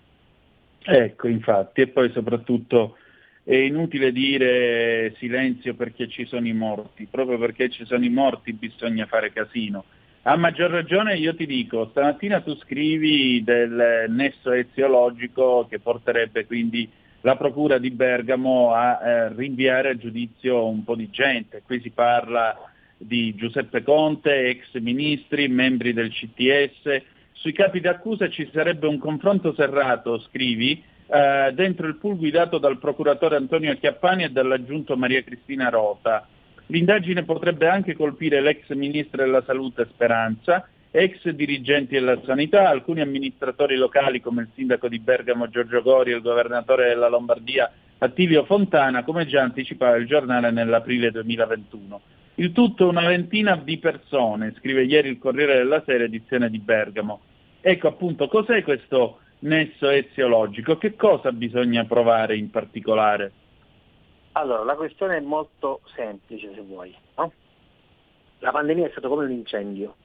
Ecco, infatti, e poi soprattutto è inutile dire silenzio perché ci sono i morti, proprio perché ci sono i morti bisogna fare casino. A maggior ragione io ti dico, stamattina tu scrivi del nesso eziologico che porterebbe quindi la Procura di Bergamo a eh, rinviare a giudizio un po' di gente. Qui si parla di Giuseppe Conte, ex ministri, membri del C T S. Sui capi d'accusa ci sarebbe un confronto serrato, scrivi, eh, dentro il pool guidato dal procuratore Antonio Chiappani e dall'aggiunto Maria Cristina Rota. L'indagine potrebbe anche colpire l'ex ministro della Salute Speranza, ex dirigenti della sanità, alcuni amministratori locali come il sindaco di Bergamo Giorgio Gori e il governatore della Lombardia Attilio Fontana, come già anticipava il giornale nell'aprile duemilaventuno. Il tutto una ventina di persone, scrive ieri il Corriere della Sera, edizione di Bergamo. Ecco appunto, cos'è questo nesso eziologico? Che cosa bisogna provare in particolare? Allora, la questione è molto semplice, se vuoi, no? La pandemia è stata come un incendio.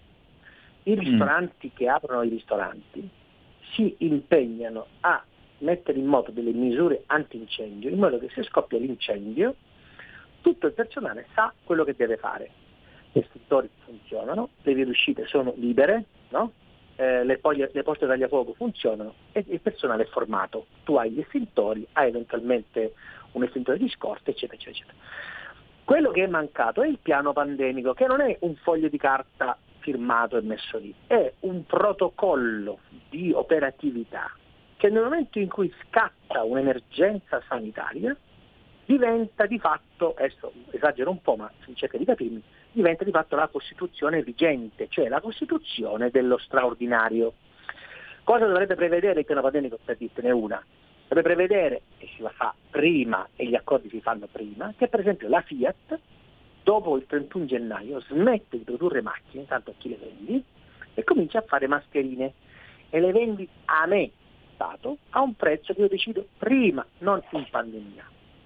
I ristoranti mm. che aprono i ristoranti si impegnano a mettere in moto delle misure antincendio, in modo che se scoppia l'incendio tutto il personale sa quello che deve fare. Gli estintori funzionano, le vie d'uscita sono libere, no? eh, le, poglie, le porte tagliafuoco funzionano e il personale è formato. Tu hai gli estintori, hai eventualmente un estintore di scorta, eccetera, eccetera, eccetera. Quello che è mancato è il piano pandemico, che non è un foglio di carta firmato e messo lì, è un protocollo di operatività che nel momento in cui scatta un'emergenza sanitaria diventa di fatto, adesso esagero un po' ma si cerca di capirmi, diventa di fatto la Costituzione vigente, cioè la Costituzione dello straordinario. Cosa dovrebbe prevedere il piano pandemico, per dirtene una? Dovrebbe prevedere, e si fa prima, e gli accordi si fanno prima, che per esempio la Fiat, dopo il trentuno gennaio, smette di produrre macchine, tanto a chi le vendi, e comincia a fare mascherine. E le vendi a me, Stato, a un prezzo che io decido prima, non in pandemia.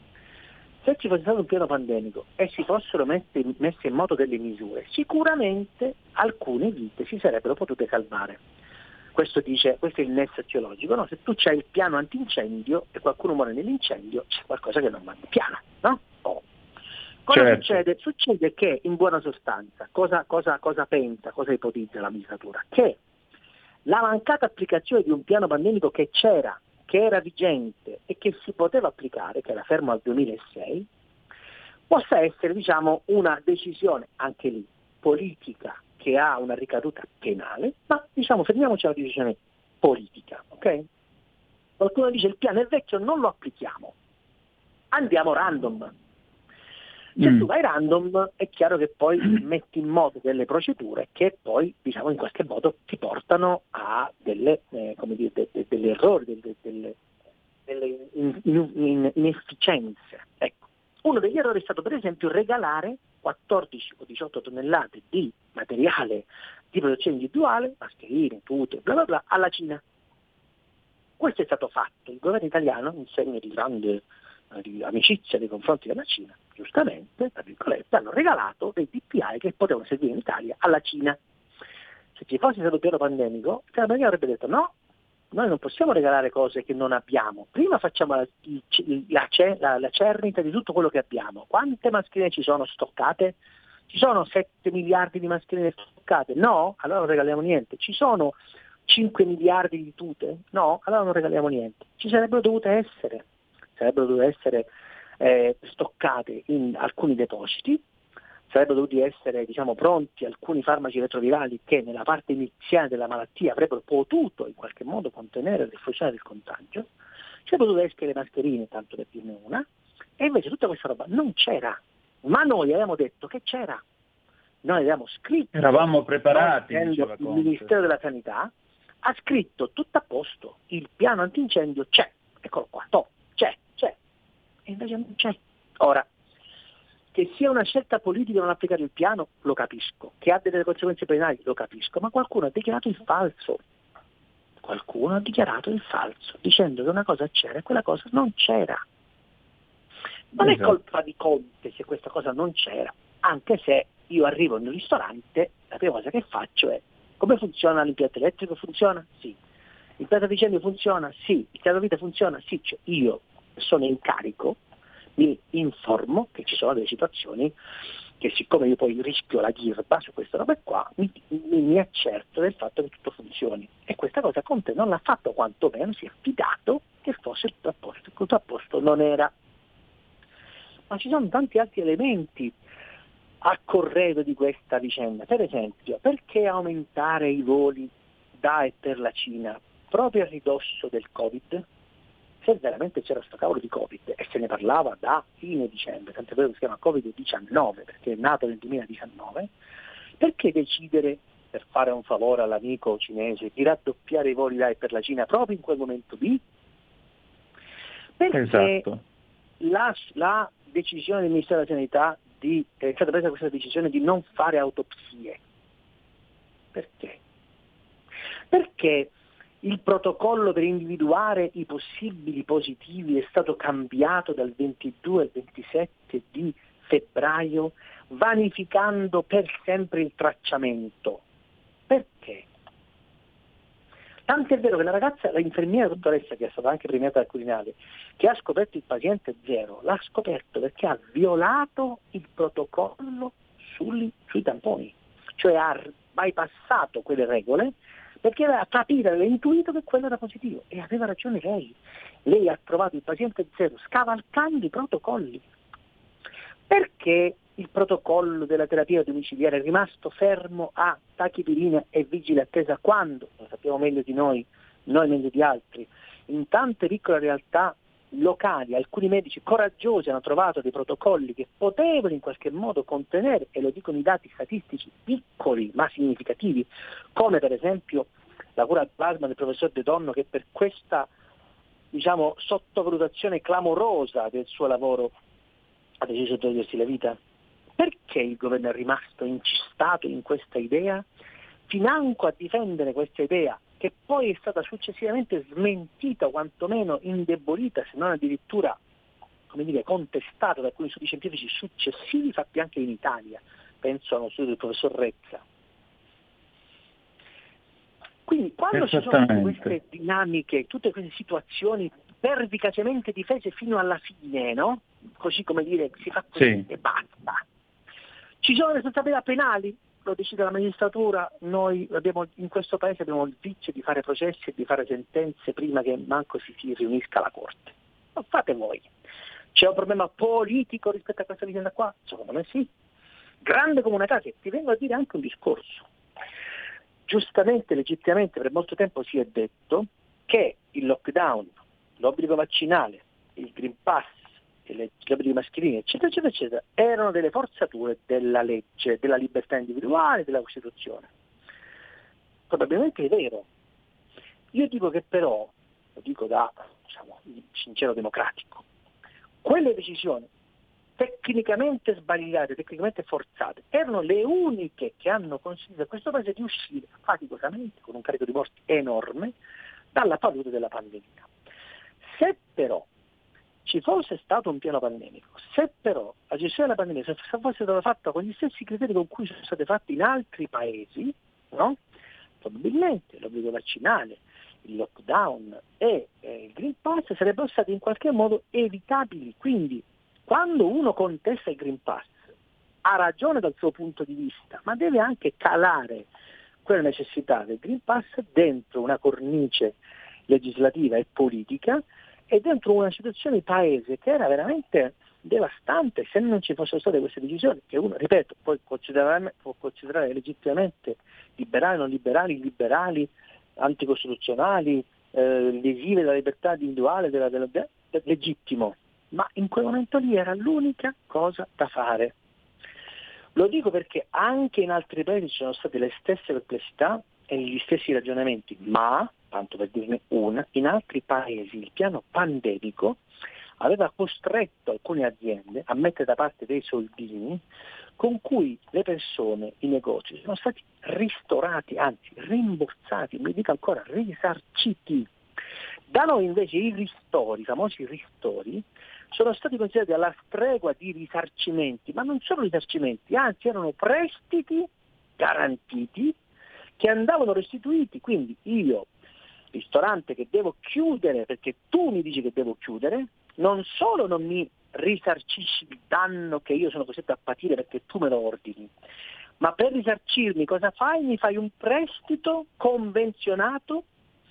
Se ci fosse stato un piano pandemico e si fossero messe, messe in moto delle misure, sicuramente alcune vite si sarebbero potute salvare. Questo dice, questo è il nesso archeologico, no? Se tu c'hai il piano antincendio e qualcuno muore nell'incendio, c'è qualcosa che non va di piano, no? Oh. Cosa certo. succede? Succede che, in buona sostanza, cosa, cosa, cosa pensa, cosa ipotizza la magistratura? Che la mancata applicazione di un piano pandemico che c'era, che era vigente e che si poteva applicare, che era fermo al duemilasei, possa essere, diciamo, una decisione, anche lì, politica, che ha una ricaduta penale, ma diciamo fermiamoci alla decisione politica, ok? Qualcuno dice il piano è vecchio, non lo applichiamo, andiamo random. Se mm. tu vai random è chiaro che poi metti in moto delle procedure che poi, diciamo, in qualche modo ti portano a delle, eh, come dire, de, de, degli errori, delle, delle, delle in, in, in, inefficienze. Ecco. Uno degli errori è stato per esempio regalare quattordici o diciotto tonnellate di materiale di protezione individuale, mascherine, tute, bla bla bla, alla Cina. Questo è stato fatto. Il governo italiano, in segno di grande eh, di amicizia nei confronti della Cina, giustamente, tra virgolette, hanno regalato dei D P I che potevano servire in Italia alla Cina. Se ci fosse stato il piano pandemico, il piano pandemico avrebbe detto no, noi non possiamo regalare cose che non abbiamo, prima facciamo la, la, la, la cernita di tutto quello che abbiamo. Quante mascherine ci sono stoccate? Ci sono sette miliardi di mascherine stoccate? No? Allora non regaliamo niente. Ci sono cinque miliardi di tute? No? Allora non regaliamo niente. Ci sarebbero dovute essere, sarebbero dovute essere eh, stoccate in alcuni depositi, sarebbero dovuti essere, diciamo, pronti alcuni farmaci retrovirali che nella parte iniziale della malattia avrebbero potuto in qualche modo contenere la diffusione del contagio, sarebbero dovute essere le mascherine, tanto per dirne una, e invece tutta questa roba non c'era, ma noi avevamo detto che c'era, noi avevamo scritto, eravamo preparati, il Ministero della Sanità ha scritto tutto a posto, il piano antincendio c'è, eccolo qua, top, c'è, c'è, e invece non c'è. Ora, che sia una scelta politica non applicare il piano, lo capisco. Che ha delle conseguenze penali, lo capisco. Ma qualcuno ha dichiarato il falso. Qualcuno ha dichiarato il falso, dicendo che una cosa c'era e quella cosa non c'era. Non esatto. È colpa di Conte se questa cosa non c'era, anche se io arrivo nel ristorante, la prima cosa che faccio è: come funziona l'impianto elettrico? Funziona? Sì. Il piano antincendio funziona? Sì. Il piano vita funziona? Sì. Cioè, io sono in carico, mi informo che ci sono delle situazioni che, siccome io poi rischio la ghirba su questa roba qua, mi, mi, mi accerto del fatto che tutto funzioni. E questa cosa Conte non l'ha fatto, quantomeno si è fidato che fosse tutto a posto. Tutto a posto non era. Ma ci sono tanti altri elementi a corredo di questa vicenda. Per esempio, perché aumentare i voli da e per la Cina proprio a ridosso del Covid? Se veramente c'era sto cavolo di Covid, e se ne parlava da fine dicembre, tant'è vero che si chiama Covid diciannove, perché è nato nel duemiladiciannove, perché decidere, per fare un favore all'amico cinese, di raddoppiare i voli da e per la Cina proprio in quel momento lì? Perché esatto. la, la decisione del Ministero della Sanità di, è stata presa questa decisione di non fare autopsie. Perché? Perché il protocollo per individuare i possibili positivi è stato cambiato dal ventidue al ventisette di febbraio, vanificando per sempre il tracciamento. Perché? Tant'è vero che la ragazza, la infermiera dottoressa, che è stata anche premiata al Quirinale, che ha scoperto il paziente zero, l'ha scoperto perché ha violato il protocollo sui, sui tamponi, cioè ha bypassato quelle regole, perché aveva capito, aveva intuito che quello era positivo, e aveva ragione lei. Lei ha trovato il paziente zero scavalcando i protocolli. Perché il protocollo della terapia domiciliare è rimasto fermo a tachipirina e vigile attesa quando, lo sappiamo meglio di noi, noi meglio di altri, in tante piccole realtà locali alcuni medici coraggiosi hanno trovato dei protocolli che potevano in qualche modo contenere, e lo dicono i dati statistici piccoli ma significativi, come per esempio la cura al plasma del professor De Donno, che per questa diciamo sottovalutazione clamorosa del suo lavoro ha deciso di togliersi la vita. Perché il governo è rimasto incistato in questa idea, financo a difendere questa idea, che poi è stata successivamente smentita o quantomeno indebolita, se non addirittura, come dire, contestata da alcuni studi scientifici successivi fatti anche in Italia? Penso allo studio del professor Rezza. Quindi quando ci sono tutte queste dinamiche, tutte queste situazioni pervicacemente difese fino alla fine, no? Così come dire, si fa così sì. e basta. Ci sono responsabilità penali? Lo decide la magistratura, noi abbiamo, in questo paese abbiamo il vizio di fare processi e di fare sentenze prima che manco si, si riunisca la Corte. Lo fate voi. C'è un problema politico rispetto a questa vicenda qua? Secondo me sì. Grande come una casa, e ti vengo a dire anche un discorso. Giustamente, legittimamente, per molto tempo si è detto che il lockdown, l'obbligo vaccinale, il Green Pass, gli obblighi maschilini, eccetera, eccetera, eccetera, erano delle forzature della legge, della libertà individuale, della Costituzione. Probabilmente è vero. Io dico che però, lo dico da diciamo, sincero democratico, quelle decisioni tecnicamente sbagliate, tecnicamente forzate, erano le uniche che hanno consentito a questo paese di uscire faticosamente, con un carico di morti enorme, dalla palude della pandemia. Se però ci fosse stato un piano pandemico, se però la gestione della pandemia se fosse stata fatta con gli stessi criteri con cui sono state fatte in altri paesi, no? Probabilmente l'obbligo vaccinale, il lockdown e eh, il Green Pass sarebbero stati in qualche modo evitabili. Quindi quando uno contesta il Green Pass ha ragione dal suo punto di vista, ma deve anche calare quella necessità del Green Pass dentro una cornice legislativa e politica e dentro una situazione di paese che era veramente devastante se non ci fossero state queste decisioni, che uno, ripeto, può considerare, può considerare legittimamente liberali, non liberali, liberali, anticostituzionali, eh, lesive della libertà individuale, della, della, della, legittimo, ma in quel momento lì era l'unica cosa da fare. Lo dico perché anche in altri paesi ci sono state le stesse perplessità e gli stessi ragionamenti, ma, tanto per dirne una, in altri paesi il piano pandemico aveva costretto alcune aziende a mettere da parte dei soldini con cui le persone, i negozi, sono stati ristorati, anzi rimborsati, mi dico ancora risarciti. Da noi invece i ristori, i famosi ristori, sono stati considerati alla stregua di risarcimenti, ma non solo risarcimenti, anzi erano prestiti garantiti che andavano restituiti. Quindi io, ristorante che devo chiudere perché tu mi dici che devo chiudere, non solo non mi risarcisci il danno che io sono costretto a patire perché tu me lo ordini, ma per risarcirmi cosa fai? Mi fai un prestito convenzionato.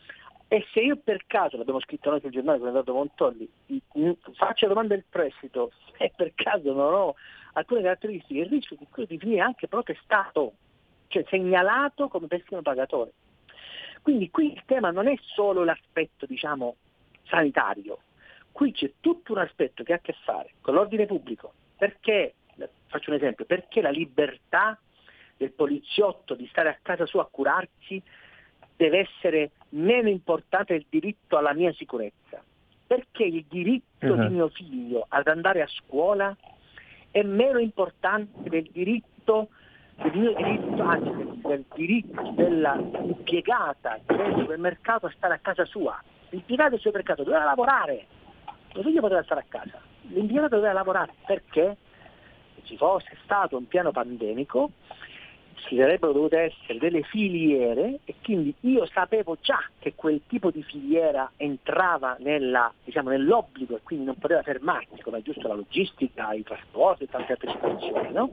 E se io per caso, l'abbiamo scritto noi sul giornale con Edoardo Montolli, faccio la domanda del prestito e per caso non ho alcune caratteristiche, il rischio è quello di finire anche protestato, cioè segnalato come pessimo pagatore. Quindi qui il tema non è solo l'aspetto, diciamo, sanitario, qui c'è tutto un aspetto che ha a che fare con l'ordine pubblico. Perché, faccio un esempio, perché la libertà del poliziotto di stare a casa sua a curarsi deve essere meno importante del diritto alla mia sicurezza? Perché il diritto uh-huh. di mio figlio ad andare a scuola è meno importante del diritto del mio diritto, anzi del, del diritto della impiegata del supermercato a stare a casa sua. L'impiegato del supermercato doveva lavorare, mio figlio poteva stare a casa, l'impiegato doveva lavorare. Perché se ci fosse stato un piano pandemico ci sarebbero dovute essere delle filiere e quindi io sapevo già che quel tipo di filiera entrava nella, diciamo, nell'obbligo e quindi non poteva fermarsi, come è giusto la logistica, i trasporti e tante altre situazioni, no?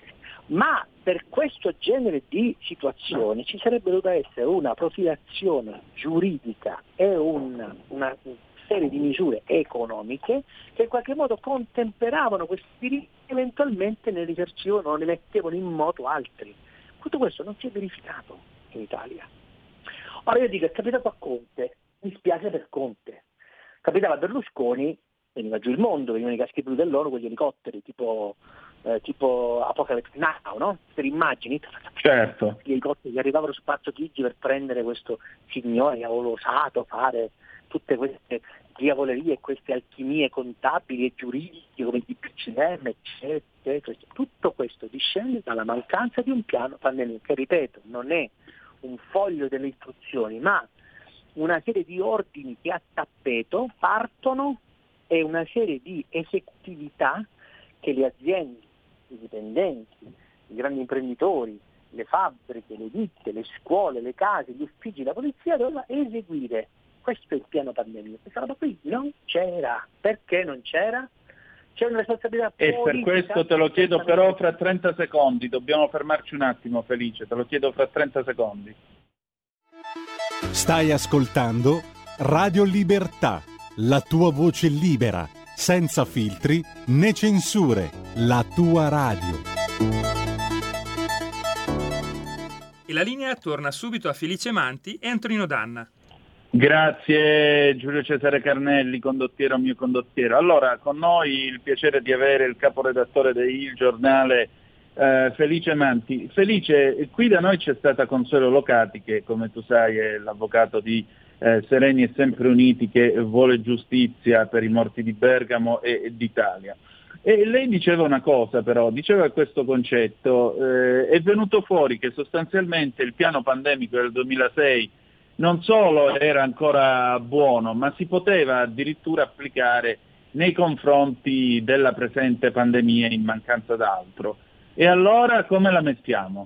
Ma per questo genere di situazioni ci sarebbe dovuta essere una profilazione giuridica e una, una serie di misure economiche che in qualche modo contemperavano questi diritti eventualmente ne risarcivano, ne mettevano in moto altri. Tutto questo non si è verificato in Italia. Ora io dico, è capitato a Conte, mi spiace per Conte. Capitava a Berlusconi, veniva giù il mondo, venivano i caschi blu dell'ONU con gli elicotteri, tipo, eh, tipo Apocalypse Now, no? Per immagini, certo. Gli elicotteri che arrivavano su Palazzo Chigi per prendere questo signore che aveva osato fare tutte queste diavolerie, queste alchimie contabili e giuridiche come il D P C M, eccetera, eccetera. Tutto questo discende dalla mancanza di un piano pandemico, che ripeto, non è un foglio delle istruzioni, ma una serie di ordini che a tappeto partono e una serie di esecutività che le aziende, i dipendenti, i grandi imprenditori, le fabbriche, le ditte, le scuole, le case, gli uffici, la polizia doveva eseguire. Questo è il piano pandemico. Questa roba qui non c'era. Perché non c'era? C'è una responsabilità e politica. Per questo te lo chiedo però fra trenta secondi, dobbiamo fermarci un attimo, Felice, te lo chiedo fra trenta secondi. Stai ascoltando Radio Libertà, la tua voce libera, senza filtri né censure, la tua radio. E la linea torna subito a Felice Manti e Antonino Danna. Grazie Giulio Cesare Carnelli, condottiero mio condottiero. Allora, con noi il piacere di avere il caporedattore del Il Giornale, eh, Felice Manti. Felice, qui da noi c'è stata Consuelo Locati, che come tu sai è l'avvocato di eh, Sereni e Sempre Uniti, che vuole giustizia per i morti di Bergamo e, e d'Italia. E lei diceva una cosa però, diceva questo concetto, eh, è venuto fuori che sostanzialmente il piano pandemico del duemilasei non solo era ancora buono, ma si poteva addirittura applicare nei confronti della presente pandemia in mancanza d'altro. E allora come la mettiamo?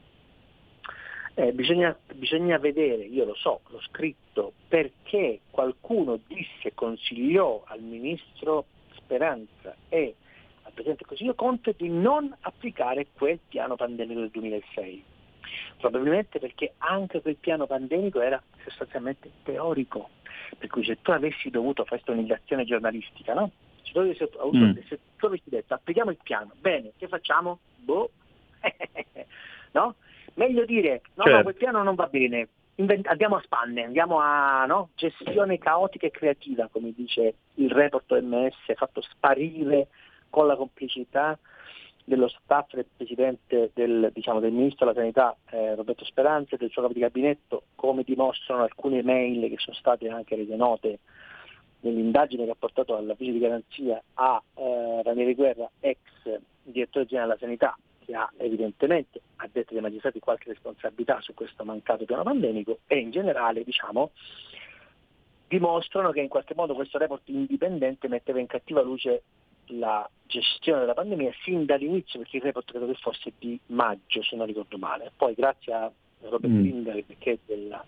Eh, bisogna, bisogna vedere, io lo so, l'ho scritto, perché qualcuno disse, consigliò al ministro Speranza e al Presidente del Consiglio Conte di non applicare quel piano pandemico del duemilasei. Probabilmente perché anche quel piano pandemico era sostanzialmente teorico, per cui se tu avessi dovuto fare un'indicazione giornalistica, no? Se tu, avessi, avuto, mm. se tu avessi detto applichiamo il piano, bene, che facciamo? Boh, no? Meglio dire no, certo. no, quel piano non va bene, Invent- andiamo a spanne, andiamo a no? gestione caotica e creativa, come dice il report O M S, fatto sparire con la complicità dello staff del presidente del, diciamo, del ministro della sanità eh, Roberto Speranza e del suo capo di gabinetto, come dimostrano alcune mail che sono state anche rese note nell'indagine che ha portato all'avviso di garanzia a eh, Ranieri Guerra, ex direttore generale della sanità, che ha evidentemente, a detta dei magistrati, qualche responsabilità su questo mancato piano pandemico, e in generale diciamo dimostrano che in qualche modo questo report indipendente metteva in cattiva luce la gestione della pandemia sin dall'inizio, perché il report credo che fosse di maggio, se non ricordo male. Poi grazie a Robert mm. Linder, che è della,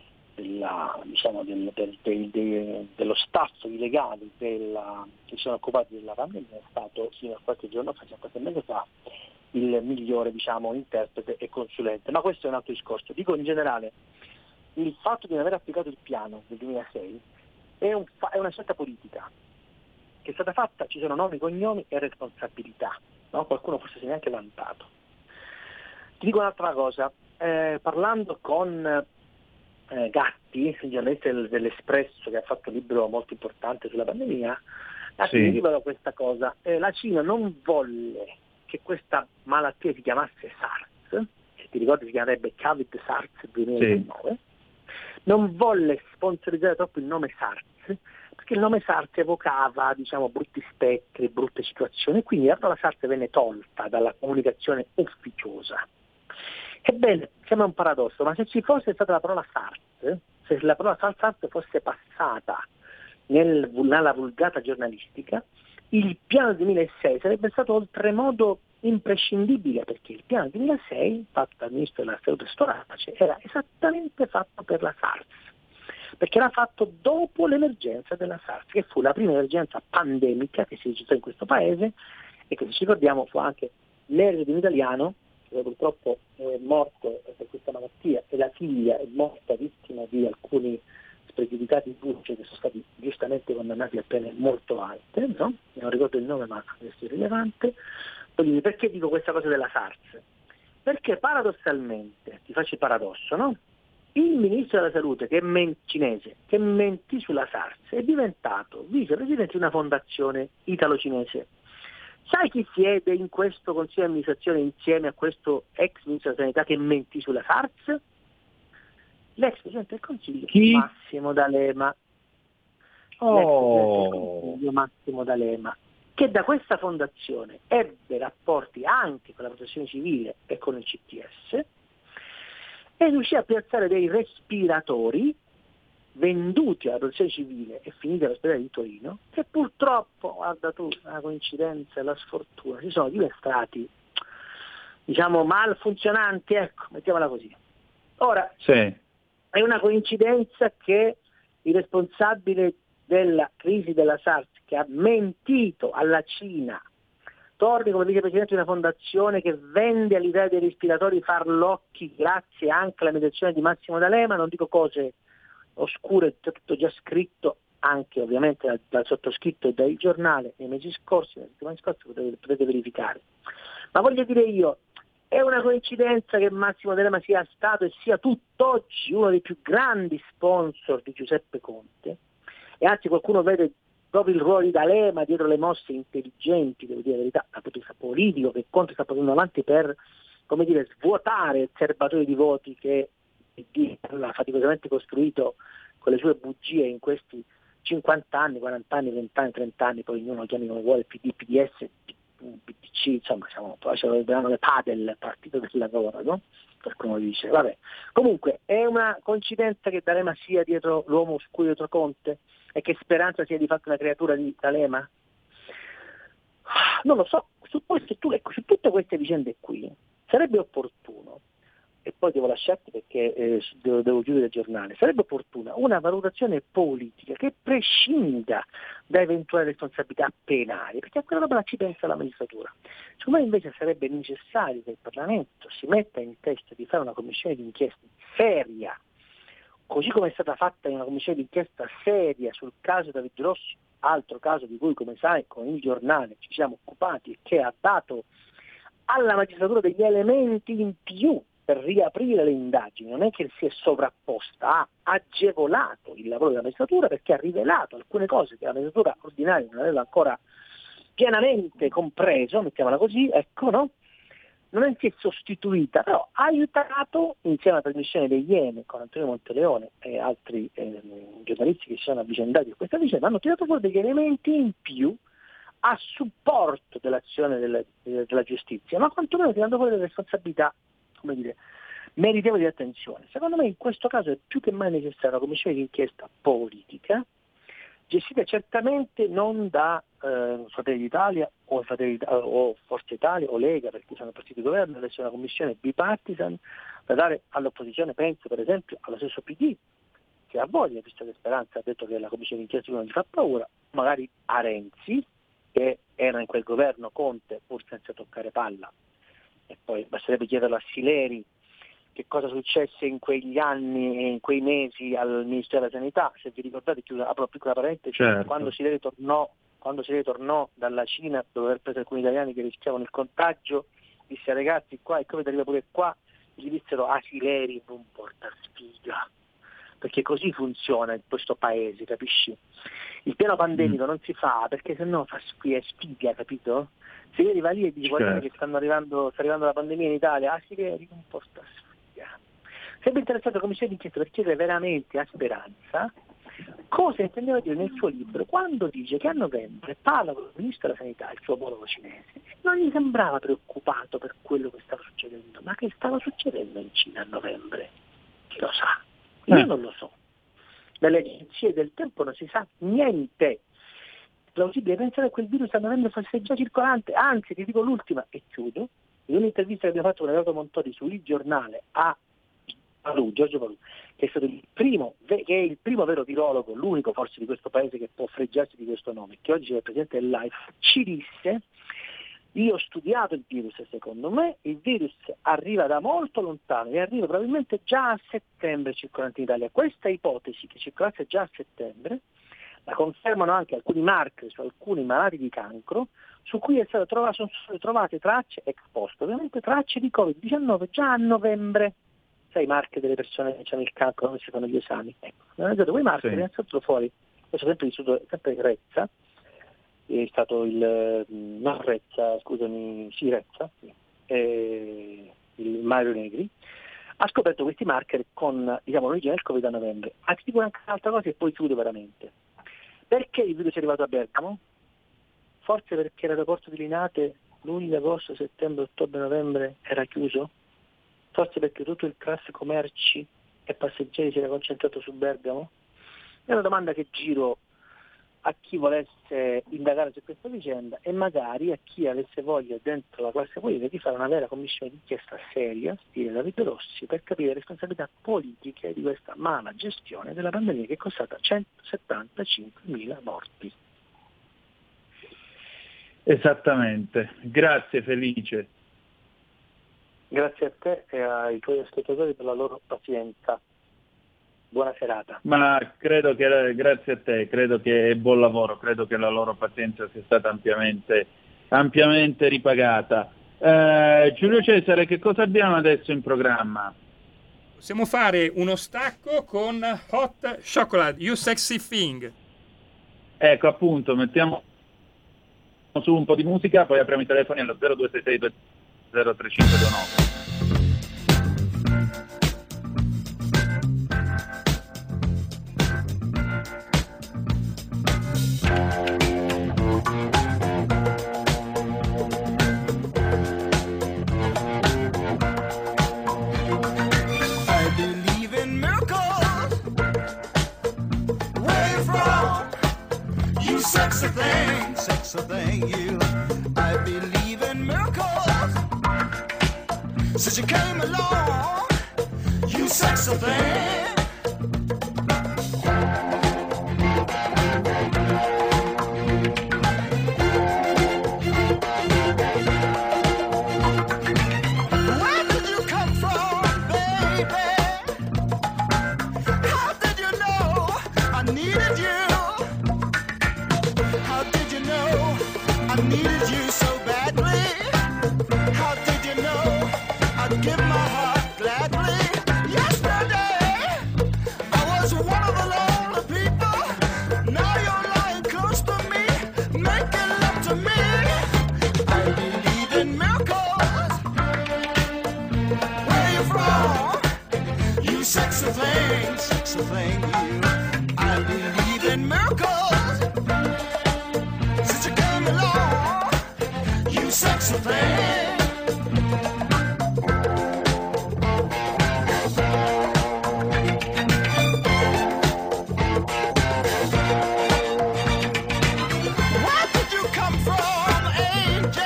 della, diciamo, del, del, del, del, dello staff di legali della, che sono occupati della pandemia, è stato fino a qualche giorno fa, qualche mese fa, il migliore diciamo, interprete e consulente. Ma questo è un altro discorso. Dico in generale, il fatto di non aver applicato il piano del duemilasei è, un, è una scelta politica che è stata fatta, ci sono nomi, cognomi e responsabilità, no? Qualcuno forse se ne è anche vantato. Ti dico un'altra cosa, eh, parlando con eh, Gatti, il giornalista del, dell'Espresso, che ha fatto un libro molto importante sulla pandemia, Gatti sì. mi rivela questa cosa, eh, la Cina non volle che questa malattia si chiamasse SARS, se ti ricordi si chiamerebbe Covid-SARS duemiladiciannove, sì. non volle sponsorizzare troppo il nome SARS, perché il nome SARS evocava diciamo, brutti spettri, brutte situazioni, quindi la parola SARS venne tolta dalla comunicazione ufficiosa. Ebbene, sembra un paradosso, ma se ci fosse stata la parola SARS, se la parola SARS fosse passata nel, nella vulgata giornalistica, il piano duemilasei sarebbe stato oltremodo imprescindibile, perché il piano duemilasei, fatto dal ministro della salute Storace, era esattamente fatto per la SARS, perché era fatto dopo l'emergenza della SARS, che fu la prima emergenza pandemica che si registrò in questo paese e che, se ci ricordiamo, fu anche l'erede di un italiano che purtroppo è morto per questa malattia, e la figlia è morta vittima di alcuni spregiudicati bucci che sono stati giustamente condannati a pene molto alte, no? Non ricordo il nome ma adesso è rilevante. Perché dico questa cosa della SARS? Perché paradossalmente, ti faccio il paradosso, no? Il ministro della salute che men- cinese che mentì sulla SARS è diventato vicepresidente di una fondazione italo-cinese. Sai chi siede in questo consiglio di amministrazione insieme a questo ex ministro della sanità che mentì sulla SARS? L'ex presidente del consiglio chi? Massimo D'Alema. Oh. L'ex presidente del consiglio Massimo D'Alema, che da questa fondazione ebbe rapporti anche con la protezione civile e con il C T S e riuscì a piazzare dei respiratori venduti alla protezione civile e finiti all'ospedale di Torino, che purtroppo, guarda tu, la coincidenza e la sfortuna, si sono dimostrati, diciamo, malfunzionanti, ecco, mettiamola così. Ora, sì. È una coincidenza che il responsabile della crisi della SARS, che ha mentito alla Cina, torni come vicepresidente di una fondazione che vende all'idea dei respiratori farlocchi grazie anche alla mediazione di Massimo D'Alema, non dico cose oscure, tutto già scritto anche ovviamente dal, dal sottoscritto e dai giornali nei mesi scorsi, nei settimane scorse potete, potete verificare. Ma voglio dire io, è una coincidenza che Massimo D'Alema sia stato e sia tutt'oggi uno dei più grandi sponsor di Giuseppe Conte, e anzi qualcuno vede proprio il ruolo di D'Alema dietro le mosse intelligenti, devo dire la verità, dal punto di vista politico, che Conte sta portando avanti per, come dire, svuotare il serbatoio di voti che il P D ha faticosamente costruito con le sue bugie in questi cinquanta anni, quaranta anni, venti anni, trenta anni, poi ognuno lo chiami come vuole, P D, P D S, P D C, insomma, siamo, poi ce lo vedranno le padel, partito del lavoro, no? Qualcuno dice, vabbè. Comunque, è una coincidenza che D'Alema sia dietro l'uomo oscuro dietro Conte e che Speranza sia di fatto una creatura di D'Alema? Non lo so, su, queste, tu, ecco, su tutte queste vicende qui sarebbe opportuno, e poi devo lasciarti perché eh, devo, devo chiudere il giornale, sarebbe opportuna una valutazione politica che prescinda da eventuali responsabilità penali, perché a quella roba la ci pensa la magistratura. Secondo me invece sarebbe necessario che il Parlamento si metta in testa di fare una commissione di inchiesta seria, così come è stata fatta in una commissione di inchiesta seria sul caso David Rossi, altro caso di cui, come sai, con il giornale ci siamo occupati e che ha dato alla magistratura degli elementi in più per riaprire le indagini. Non è che si è sovrapposta, ha agevolato il lavoro della magistratura perché ha rivelato alcune cose che la magistratura ordinaria non aveva ancora pienamente compreso, mettiamola così, ecco, no? Non è che è sostituita, però ha aiutato, insieme alla trasmissione degli Iene con Antonio Monteleone e altri eh, giornalisti che si sono avvicendati a questa vicenda, hanno tirato fuori degli elementi in più a supporto dell'azione della, della giustizia, ma quantomeno tirando fuori delle responsabilità, come dire, meritevoli di attenzione. Secondo me in questo caso è più che mai necessaria una commissione di inchiesta politica, gestita certamente non da eh, Fratelli d'Italia o, Fratelli d'Italia o Forza Italia o Lega, perché sono partiti di governo, deve essere una commissione bipartisan da dare all'opposizione, penso per esempio allo stesso P D, che ha voglia, visto che Speranza ha detto che la commissione di inchiesta non gli fa paura, magari a Renzi, che era in quel governo Conte pur senza toccare palla, e poi basterebbe chiederlo a Sileri che cosa successe in quegli anni e in quei mesi al Ministero della Sanità. Se vi ricordate, chiudo, apro una piccola parentesi, certo. quando Sileri tornò quando Sileri tornò dalla Cina dopo aver preso alcuni italiani che rischiavano il contagio, disse ai ragazzi qua, e come arriva pure qua, gli dissero a Sileri non porta sfiga, perché così funziona in questo paese, capisci? Il piano pandemico mm. non si fa perché sennò fa sfiga, capito? Se io arriva lì e dici certo. guardate che stanno arrivando, sta arrivando la pandemia in Italia, ah Sileri non porta sfiga. Sarebbe interessante la commissione d'inchiesta per chiedere veramente a Speranza cosa intendeva dire nel suo libro quando dice che a novembre parla con il ministro della sanità, il suo omologo cinese, e non gli sembrava preoccupato per quello che stava succedendo, ma che stava succedendo in Cina a novembre? Chi lo sa? Io eh. non lo so. Dalle agenzie del tempo non si sa niente. È plausibile pensare che quel virus a novembre fosse già circolante, anzi ti dico l'ultima e chiudo, in un'intervista che abbiamo fatto con Renato Montori su Il Giornale a Palù, Giorgio Palù, che è stato il primo, che è il primo vero virologo, l'unico forse di questo paese che può fregiarsi di questo nome, che oggi è il presidente dell'A I F, ci disse: io ho studiato il virus e secondo me il virus arriva da molto lontano e arriva probabilmente già a settembre circolante in Italia. Questa ipotesi che circolasse già a settembre La confermano anche alcuni markeri su alcuni malati di cancro su cui è stato trovato, sono state trovate tracce ex post, ovviamente tracce di covid diciannove già a novembre. Sai, i marchi delle persone che hanno il cancro, come si fanno gli esami. Ecco, analizzato quei marchi, sì. È stato fuori, questo sempre l'istituto, sempre Rezza, è stato il, no Rezza, scusami, sì Rezza, eh, il Mario Negri, ha scoperto questi marker con, diciamo, l'origine del Covid a novembre. Ma ti dico anche un'altra cosa e poi chiudo veramente. Perché il virus è arrivato a Bergamo? Forse perché l'aeroporto di Linate luglio, agosto, settembre, ottobre, novembre era chiuso? Forse perché tutto il traffico merci e passeggeri si era concentrato su Bergamo? È una domanda che giro a chi volesse indagare su questa vicenda e magari a chi avesse voglia dentro la classe politica di fare una vera commissione d'inchiesta seria, stile Davide Rossi, per capire le responsabilità politiche di questa mala gestione della pandemia che è costata centosettantacinquemila morti. Esattamente, grazie Felice. Grazie a te e ai tuoi ascoltatori per la loro pazienza. Buona serata. Ma credo che, grazie a te, credo che buon lavoro, credo che la loro pazienza sia stata ampiamente, ampiamente ripagata. Eh, Giulio Cesare, che cosa abbiamo adesso in programma? Possiamo fare uno stacco con Hot Chocolate, You Sexy Thing. Ecco, appunto, mettiamo su un po' di musica, poi apriamo i telefoni allo zero due sei sei due zero tre cinque due nove. Sexy thing, sexy thing, you. I believe in miracles. Since you came along, you sexy thing. Where did you come from, baby? How did you know I needed you? I needed you so badly. How did you know I'd give my heart gladly? Yesterday I was one of the lonely people. Now you're lying close to me, making love to me. I believe in miracles. Where you from? You sexy thing, sexy thing, you. I believe in miracles. Sexy thing. Where did you come from, angel?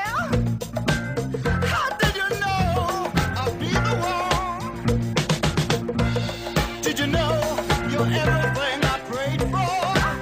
How did you know I'd be the one? Did you know you're everything I prayed for?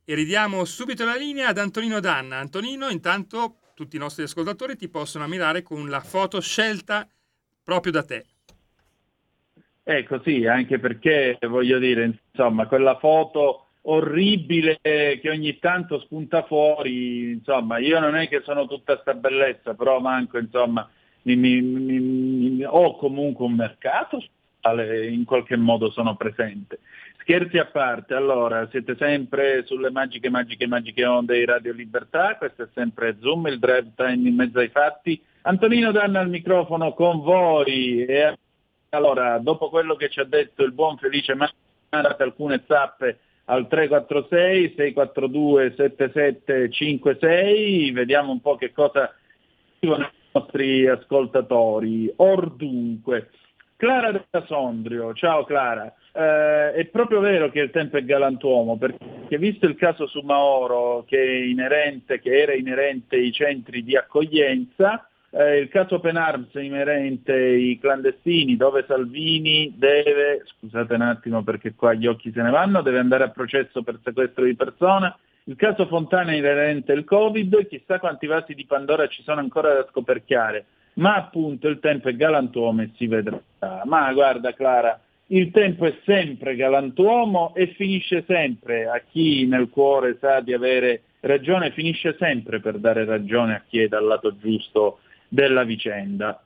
E ridiamo subito la linea ad Antonino Danna. Antonino, intanto tutti i nostri ascoltatori ti possono ammirare con la foto scelta proprio da te. Ecco, sì, anche perché voglio dire, insomma, quella foto orribile che ogni tanto spunta fuori, insomma, io non è che sono tutta sta bellezza, però manco, insomma, mi, mi, mi, mi, ho comunque un mercato in qualche modo sono presente. Scherzi a parte, allora, siete sempre sulle magiche, magiche, magiche onde di Radio Libertà, questo è sempre Zoom, il drive time in mezzo ai fatti. Antonino Danna al microfono con voi. E allora, dopo quello che ci ha detto il buon Felice Mara, alcune zappe al tre quattro sei sei quattro due sette sette cinque sei, vediamo un po' che cosa dicono i nostri ascoltatori. Or dunque, Clara da Sondrio, ciao Clara, eh, è proprio vero che il tempo è galantuomo, perché visto il caso su Maoro che, è inerente, che era inerente ai centri di accoglienza, eh, il caso Penarms inerente ai clandestini, dove Salvini deve, scusate un attimo perché qua gli occhi se ne vanno, deve andare a processo per sequestro di persona, il caso Fontana inerente al Covid, chissà quanti vasi di Pandora ci sono ancora da scoperchiare. Ma appunto il tempo è galantuomo e si vedrà. Ma guarda Clara, il tempo è sempre galantuomo e finisce sempre, a chi nel cuore sa di avere ragione, finisce sempre per dare ragione a chi è dal lato giusto della vicenda.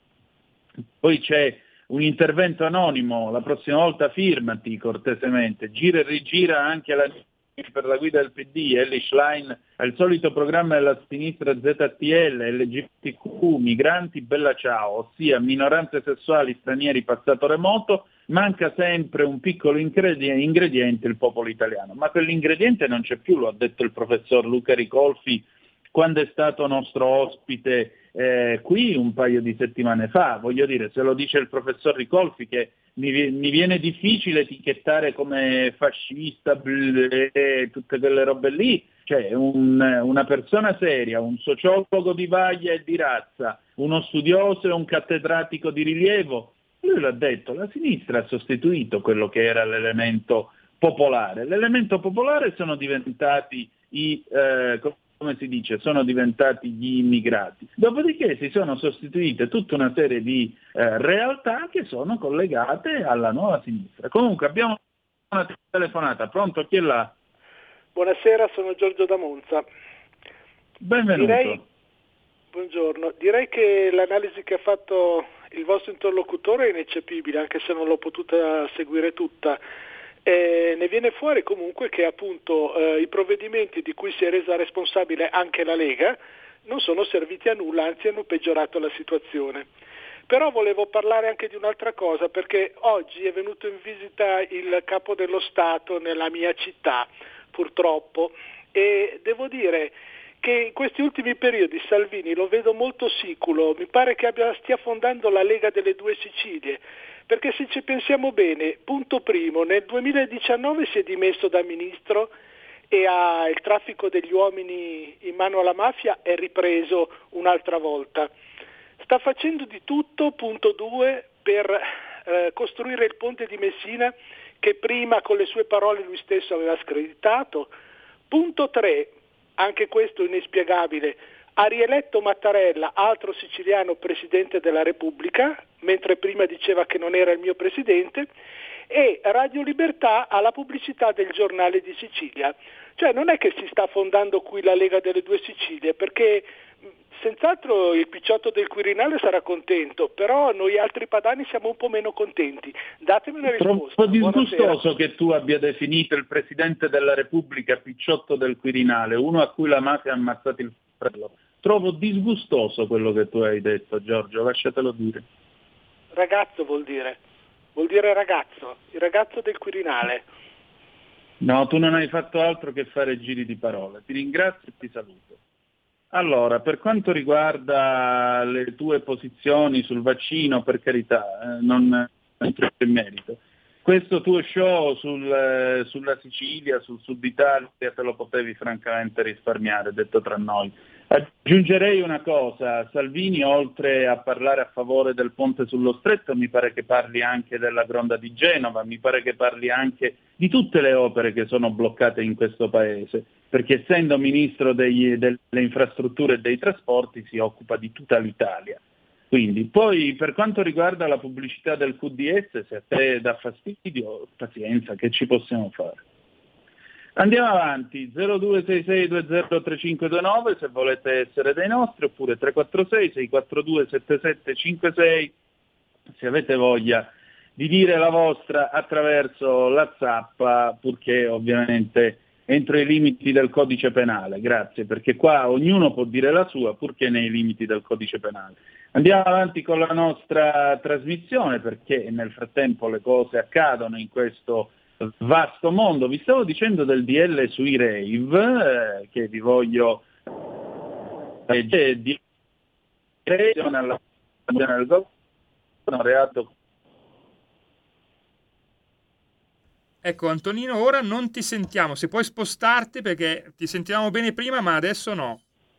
Poi c'è un intervento anonimo, la prossima volta firmati cortesemente, gira e rigira anche la per la guida del P D, Elly Schlein, al solito programma della sinistra Z T L, L G B T Q, migranti, bella ciao, ossia minoranze sessuali, stranieri, passato remoto, manca sempre un piccolo ingrediente, il popolo italiano. Ma quell'ingrediente non c'è più, lo ha detto il professor Luca Ricolfi quando è stato nostro ospite eh, qui un paio di settimane fa. Voglio dire, se lo dice il professor Ricolfi che mi, mi viene difficile etichettare come fascista, bleh, tutte quelle robe lì, cioè un, una persona seria, un sociologo di vaglia e di razza, uno studioso e un cattedratico di rilievo, lui l'ha detto, la sinistra ha sostituito quello che era l'elemento popolare. L'elemento popolare sono diventati i, eh, come si dice, sono diventati gli immigrati. Dopodiché si sono sostituite tutta una serie di eh, realtà che sono collegate alla nuova sinistra. Comunque abbiamo una telefonata, pronto? Chi è là? Buonasera, sono Giorgio da Monza. Benvenuto. Direi, buongiorno, direi che l'analisi che ha fatto il vostro interlocutore è ineccepibile, anche se non l'ho potuta seguire tutta. Eh, ne viene fuori comunque che appunto eh, i provvedimenti di cui si è resa responsabile anche la Lega non sono serviti a nulla, anzi hanno peggiorato la situazione. Però volevo parlare anche di un'altra cosa, perché oggi è venuto in visita il Capo dello Stato nella mia città, purtroppo, e devo dire che in questi ultimi periodi Salvini lo vedo molto siculo, mi pare che abbia, stia fondando la Lega delle due Sicilie, perché se ci pensiamo bene, punto primo, nel duemiladiciannove si è dimesso da ministro e ha, il traffico degli uomini in mano alla mafia è ripreso un'altra volta. Sta facendo di tutto, punto due, per eh, costruire il ponte di Messina che prima con le sue parole lui stesso aveva screditato. Punto tre, anche questo inspiegabile, ha rieletto Mattarella, altro siciliano presidente della Repubblica, mentre prima diceva che non era il mio presidente, e Radio Libertà ha la pubblicità del giornale di Sicilia. Cioè non è che si sta fondando qui la Lega delle due Sicilie, perché senz'altro il picciotto del Quirinale sarà contento, però noi altri padani siamo un po' meno contenti. Datemi una risposta. Troppo disgustoso che tu abbia definito il Presidente della Repubblica picciotto del Quirinale, uno a cui la mafia ha ammazzato il fratello. Trovo disgustoso quello che tu hai detto, Giorgio, lasciatelo dire. Ragazzo vuol dire, vuol dire ragazzo, il ragazzo del Quirinale. No, tu non hai fatto altro che fare giri di parole. Ti ringrazio e ti saluto. Allora, per quanto riguarda le tue posizioni sul vaccino, per carità, eh, non entro in merito. Questo tuo show sul, eh, sulla Sicilia, sul Sud Italia, te lo potevi francamente risparmiare, detto tra noi. Aggiungerei una cosa, Salvini oltre a parlare a favore del ponte sullo Stretto mi pare che parli anche della Gronda di Genova, mi pare che parli anche di tutte le opere che sono bloccate in questo paese. perché essendo ministro degli, delle infrastrutture e dei trasporti si occupa di tutta l'Italia. Quindi, poi per quanto riguarda la pubblicità del Q D S, se a te dà fastidio, pazienza, che ci possiamo fare? Andiamo avanti, zero due sei sei due zero tre cinque due nove se volete essere dei nostri, oppure tre quattro sei sei quattro due sette sette cinque sei se avete voglia di dire la vostra attraverso la zappa, purché ovviamente entro i limiti del codice penale. Grazie, perché qua ognuno può dire la sua, purché nei limiti del codice penale. Andiamo avanti con la nostra trasmissione, perché nel frattempo le cose accadono in questo vasto mondo. Vi stavo dicendo del D L sui rave, eh, che vi voglio leggere, di nella nel governo reato. Ecco Antonino, ora non ti sentiamo, se puoi spostarti perché ti sentivamo bene prima ma adesso no.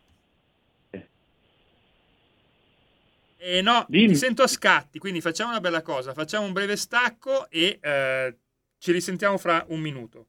E no, Dimmi. Ti sento a scatti, quindi facciamo una bella cosa, facciamo un breve stacco e eh, ci risentiamo fra un minuto.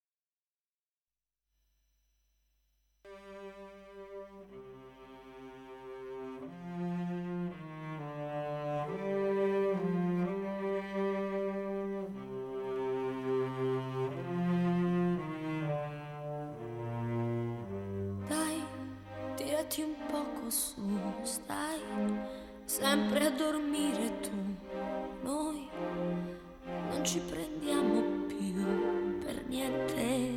Tirati un poco su, stai sempre a dormire tu, noi non ci prendiamo più per niente.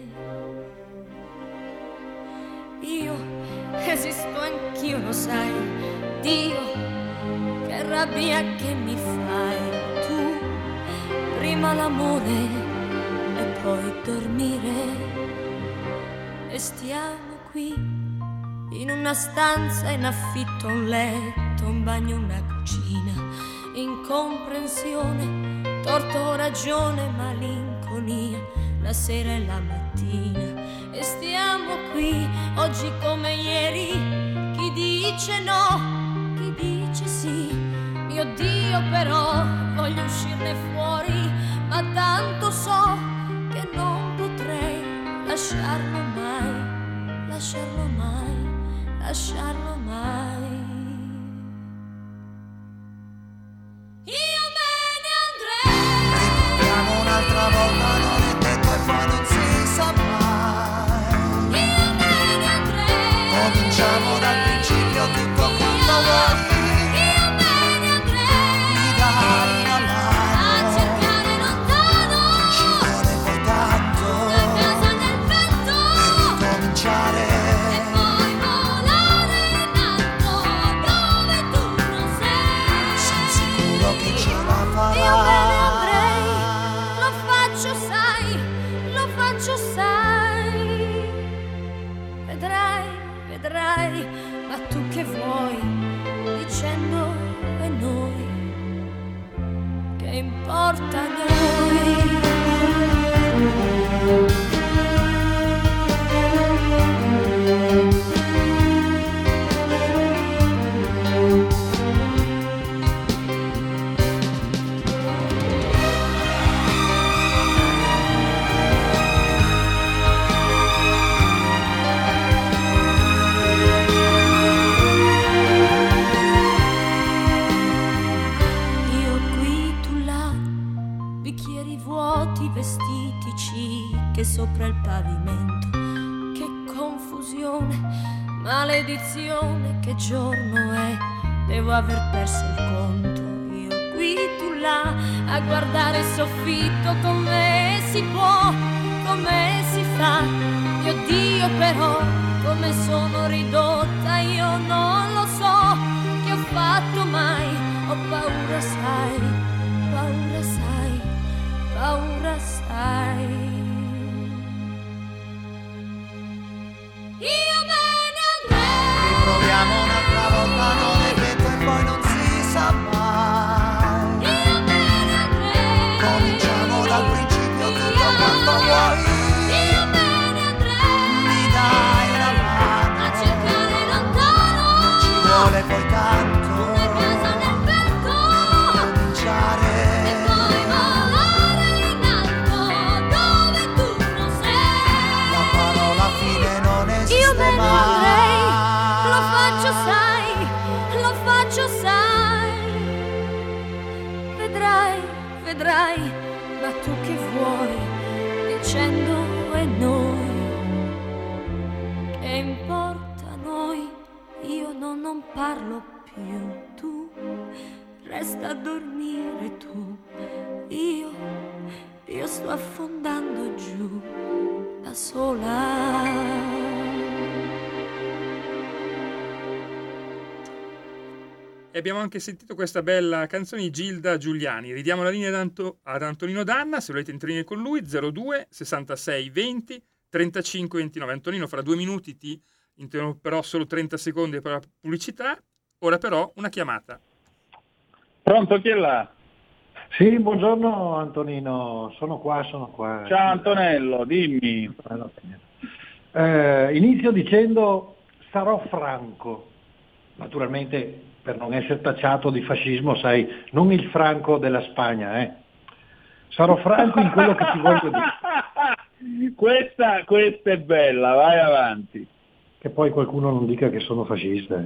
Io esisto anch'io, lo sai, Dio, che rabbia che mi fai tu, prima l'amore e poi dormire, e stiamo qui in una stanza in affitto, un letto, un bagno, una cucina, incomprensione, torto, ragione, malinconia, la sera e la mattina, e stiamo qui oggi come ieri, chi dice no, chi dice sì, mio Dio però voglio uscirne fuori, ma tanto so che non potrei lasciarlo mai, lasciarlo mai, lasciarlo mai. Io me ne andrei. Riproviamo un'altra volta, non è detto e poi non si sa mai. Io me ne andrei. Cominciamo dal principio, tutto quanto vuoi. Io me ne andrei. Mi dai una mano a cercare lontano, ci vuole poi tanto, una casa nel petto, per ricominciare. Io me ne andrei, lo faccio sai, lo faccio sai, vedrai, vedrai, ma tu che vuoi, dicendo e noi, che importa a noi. Che sopra il pavimento, che confusione, maledizione, che giorno è, devo aver perso il conto. Io qui, tu là, a guardare il soffitto, come si può, come si fa, mio Dio però, come sono ridotta, io non lo so, che ho fatto mai, ho paura sai, paura sai, paura sai. Io me ne andrei. Riproviamo un'altra volta, non è detto e poi non si sa mai. Io me ne andrei. Cominciamo dal principio, tutto quanto vuoi. Io me ne andrei. Mi dai una mano a cercare lontano, ci vuole poi tanto, una casa nel petto, per cominciare. E poi volare in alto, dove tu non sei. La parola fine non dirai, ma tu che vuoi, dicendo e noi, che importa a noi, io non, non parlo più, tu resta a dormire tu, io, io sto affondando giù da sola. E abbiamo anche sentito questa bella canzone di Gilda Giuliani. Ridiamo la linea ad, Anto- ad Antonino Danna, se volete intervenire con lui, zero due sessantasei venti trentacinque ventinove. Antonino, fra due minuti ti interromperò solo trenta secondi per la pubblicità. Ora però una chiamata. Pronto, chi è là? Sì, buongiorno Antonino, sono qua, sono qua. Ciao Antonello, dimmi. Eh, inizio dicendo sarò franco, naturalmente per non essere tacciato di fascismo, sai, non il Franco della Spagna, eh. Sarò franco in quello che ti voglio dire. Questa, questa è bella, vai avanti. Che poi qualcuno non dica che sono fascista.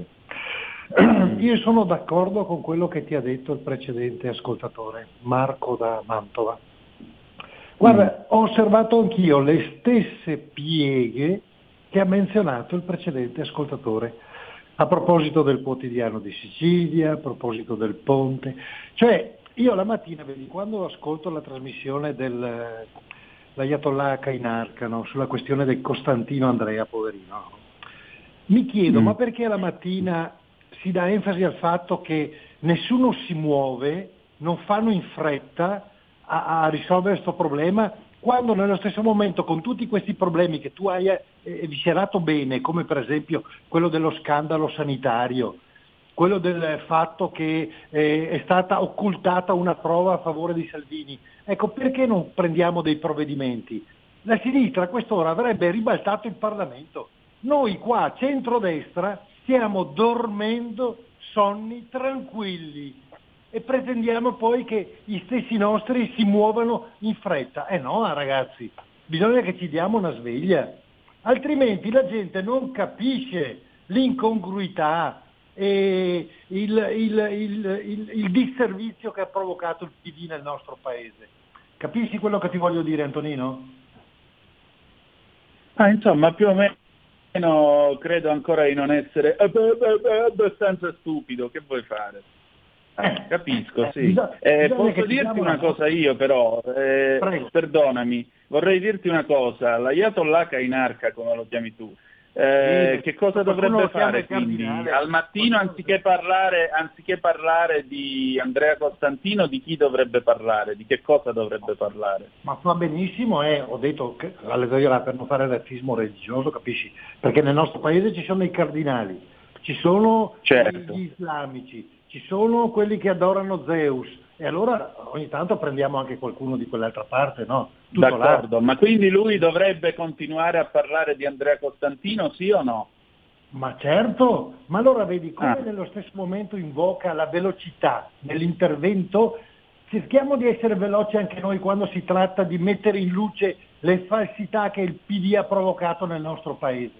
Io sono d'accordo con quello che ti ha detto il precedente ascoltatore, Marco da Mantova. Guarda, mm. ho osservato anch'io le stesse pieghe che ha menzionato il precedente ascoltatore. A proposito del quotidiano di Sicilia, a proposito del ponte, cioè io la mattina, vedi, quando ascolto la trasmissione dell'Ayatollah Kainarca, no, sulla questione del Costantino Andrea, poverino, mi chiedo, mm. ma perché la mattina si dà enfasi al fatto che nessuno si muove, non fanno in fretta a, a risolvere questo problema, quando nello stesso momento con tutti questi problemi che tu hai eviscerato bene, come per esempio quello dello scandalo sanitario, quello del fatto che eh, è stata occultata una prova a favore di Salvini, ecco, perché non prendiamo dei provvedimenti? La sinistra a quest'ora avrebbe ribaltato il Parlamento. Noi qua, centrodestra, stiamo dormendo sonni tranquilli e pretendiamo poi che gli stessi nostri si muovano in fretta. Eh no, ragazzi, bisogna che ci diamo una sveglia, altrimenti la gente non capisce l'incongruità e il, il, il, il, il disservizio che ha provocato il P D nel nostro paese. Capisci quello che ti voglio dire, Antonino? Ah, insomma, più o meno credo ancora di non essere abbastanza stupido. Che vuoi fare? Ah, capisco, sì. Bisogna, eh, bisogna posso dirti una cosa cosa io però, eh, perdonami, vorrei dirti una cosa, l'Ayatollah Kainarca, come lo chiami tu, eh, sì, che cosa dovrebbe fare quindi? Al mattino anziché parlare, anziché parlare di Andrea Costantino, di chi dovrebbe parlare? Di che cosa dovrebbe parlare? Ma fa benissimo, eh, ho detto che per non fare razzismo religioso, capisci? Perché nel nostro paese ci sono i cardinali, ci sono certo. gli islamici, ci sono quelli che adorano Zeus, e allora ogni tanto prendiamo anche qualcuno di quell'altra parte, no? Tutto D'accordo, là. Ma quindi lui dovrebbe continuare a parlare di Andrea Costantino, sì o no? Ma certo, ma allora vedi come ah. nello stesso momento invoca la velocità nell'intervento, cerchiamo di essere veloci anche noi quando si tratta di mettere in luce le falsità che il P D ha provocato nel nostro paese.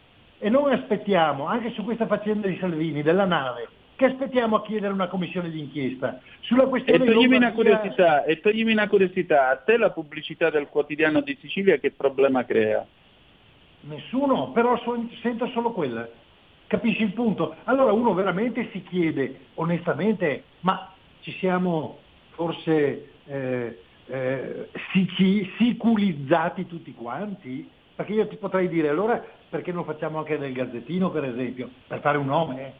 E non aspettiamo, anche su questa faccenda di Salvini, della nave, che aspettiamo a chiedere una commissione d'inchiesta sulla questione. E toglimi una curiosità, e toglimi una curiosità, a te la pubblicità del quotidiano di Sicilia che problema crea? Nessuno, però so, sento solo quella. Capisci il punto? Allora uno veramente si chiede, onestamente, ma ci siamo forse eh, eh, sici, siculizzati tutti quanti? Perché io ti potrei dire, allora perché non facciamo anche del Gazzettino, per esempio, per fare un nome? Eh?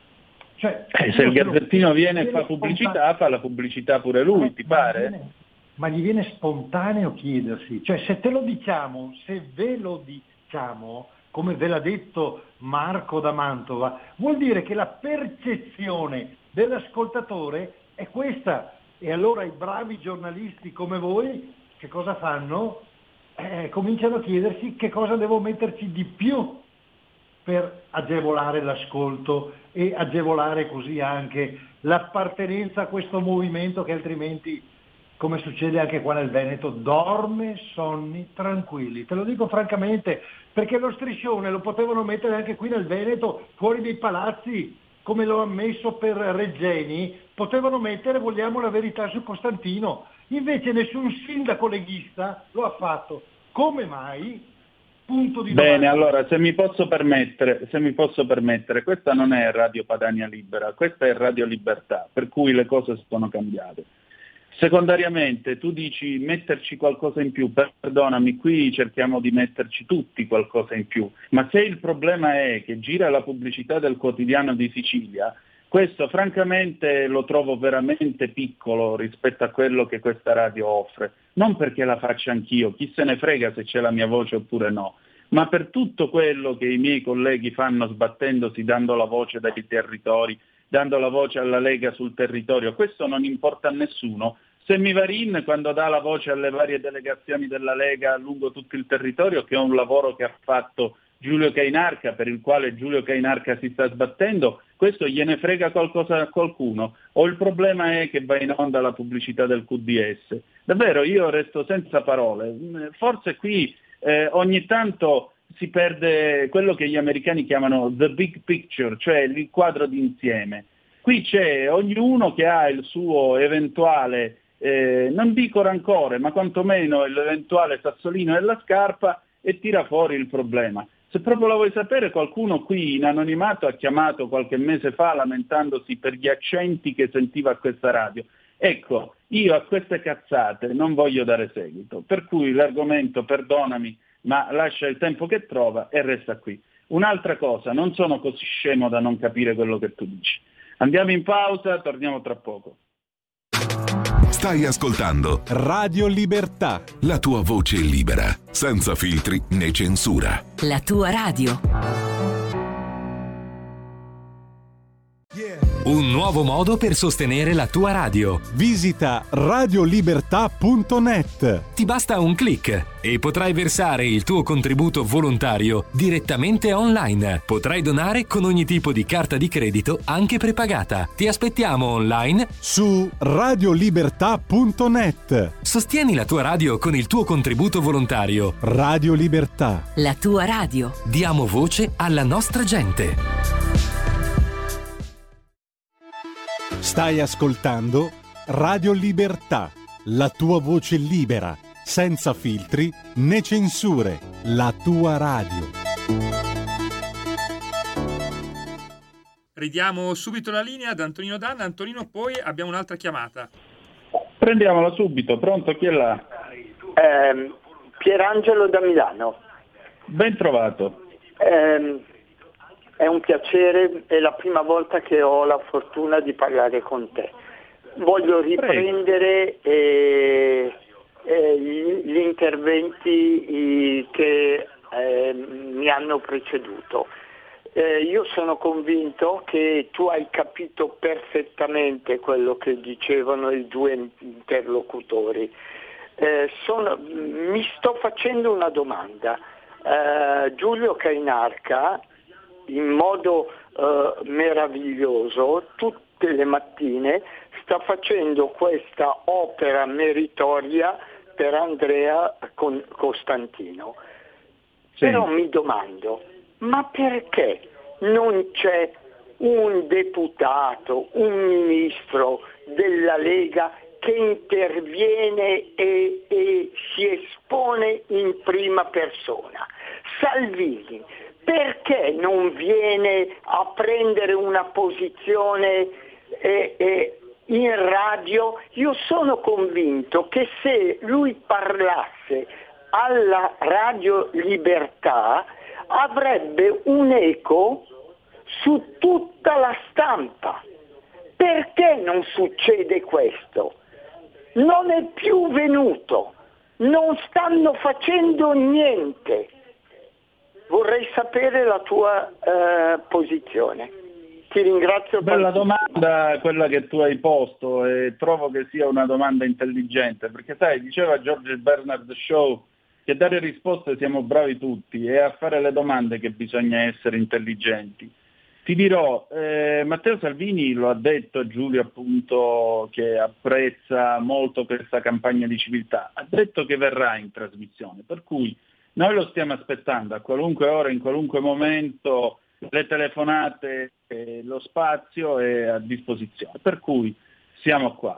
Cioè, eh, se il Gazzettino viene e fa pubblicità, spontaneo. Fa la pubblicità pure lui, eh, ti ma pare? Gli viene, ma gli viene spontaneo chiedersi, cioè se te lo diciamo, se ve lo diciamo, come ve l'ha detto Marco da Mantova, vuol dire che la percezione dell'ascoltatore è questa, e allora i bravi giornalisti come voi che cosa fanno? Eh, cominciano a chiedersi che cosa devo metterci di più per agevolare l'ascolto e agevolare così anche l'appartenenza a questo movimento che altrimenti, come succede anche qua nel Veneto, dorme sonni tranquilli. Te lo dico francamente, perché lo striscione lo potevano mettere anche qui nel Veneto, fuori dei palazzi, come l'ho ammesso per Regeni, potevano mettere, vogliamo la verità su Costantino, Invece nessun sindaco leghista lo ha fatto. Come mai? Punto di Bene, domanda. allora se mi posso permettere, se mi posso permettere, questa non è Radio Padania Libera, questa è Radio Libertà, per cui le cose sono cambiate. Secondariamente, tu dici metterci qualcosa in più, perdonami, qui cerchiamo di metterci tutti qualcosa in più, ma se il problema è che gira la pubblicità del Quotidiano di Sicilia, questo francamente lo trovo veramente piccolo rispetto a quello che questa radio offre, non perché la faccia anch'io, chi se ne frega se c'è la mia voce oppure no, ma per tutto quello che i miei colleghi fanno sbattendosi, dando la voce dai territori, dando la voce alla Lega sul territorio, questo non importa a nessuno. Semivarin, quando dà la voce alle varie delegazioni della Lega lungo tutto il territorio, che è un lavoro che ha fatto Giulio Cainarca, per il quale Giulio Cainarca si sta sbattendo, questo gliene frega qualcosa a qualcuno? O il problema è che va in onda la pubblicità del Q D S? Davvero, io resto senza parole. Forse qui eh, ogni tanto si perde quello che gli americani chiamano the big picture, cioè il quadro d'insieme. Qui c'è ognuno che ha il suo eventuale, eh, non dico rancore, ma quantomeno l'eventuale sassolino nella scarpa e tira fuori il problema. Se proprio la vuoi sapere, qualcuno qui in anonimato ha chiamato qualche mese fa lamentandosi per gli accenti che sentiva a questa radio. Ecco, io a queste cazzate non voglio dare seguito, per cui l'argomento, perdonami, ma lascia il tempo che trova e resta qui. Un'altra cosa, non sono così scemo da non capire quello che tu dici. Andiamo in pausa, torniamo tra poco. Stai ascoltando Radio Libertà, la tua voce libera, senza filtri né censura. La tua radio. Un nuovo modo per sostenere la tua radio. Visita radiolibertà punto net. Ti basta un click e potrai versare il tuo contributo volontario direttamente online. Potrai donare con ogni tipo di carta di credito, anche prepagata. Ti aspettiamo online su radiolibertà punto net. Sostieni la tua radio con il tuo contributo volontario. Radio Libertà. La tua radio. Diamo voce alla nostra gente. Stai ascoltando Radio Libertà, la tua voce libera, senza filtri né censure, la tua radio. Ridiamo subito la linea ad Antonino Danna. Antonino, poi abbiamo un'altra chiamata. Prendiamola subito, pronto, chi è là? Eh, Pierangelo da Milano. Ben trovato. Eh, È un piacere, è la prima volta che ho la fortuna di parlare con te. Voglio riprendere eh, eh, gli, gli interventi che eh, mi hanno preceduto. Eh, io sono convinto che tu hai capito perfettamente quello che dicevano i due interlocutori. Eh, sono, mi sto facendo una domanda. Eh, Giulio Cainarca, in modo uh, meraviglioso, tutte le mattine sta facendo questa opera meritoria per Andrea Con- Costantino. Sì. Però mi domando, ma perché non c'è un deputato, un ministro della Lega che interviene e, e si espone in prima persona? Salvini, perché non viene a prendere una posizione eh, eh, in radio? Io sono convinto che se lui parlasse alla Radio Libertà avrebbe un eco su tutta la stampa. Perché non succede questo? Non è più venuto, non stanno facendo niente. Vorrei sapere la tua eh, posizione. Ti ringrazio. Bella domanda quella che tu hai posto e trovo che sia una domanda intelligente, perché sai, diceva George Bernard Shaw che dare risposte siamo bravi tutti, è a fare le domande che bisogna essere intelligenti. Ti dirò, eh, Matteo Salvini lo ha detto a Giulio appunto che apprezza molto questa campagna di civiltà, ha detto che verrà in trasmissione, per cui noi lo stiamo aspettando a qualunque ora, in qualunque momento, le telefonate, eh, lo spazio è a disposizione, per cui siamo qua.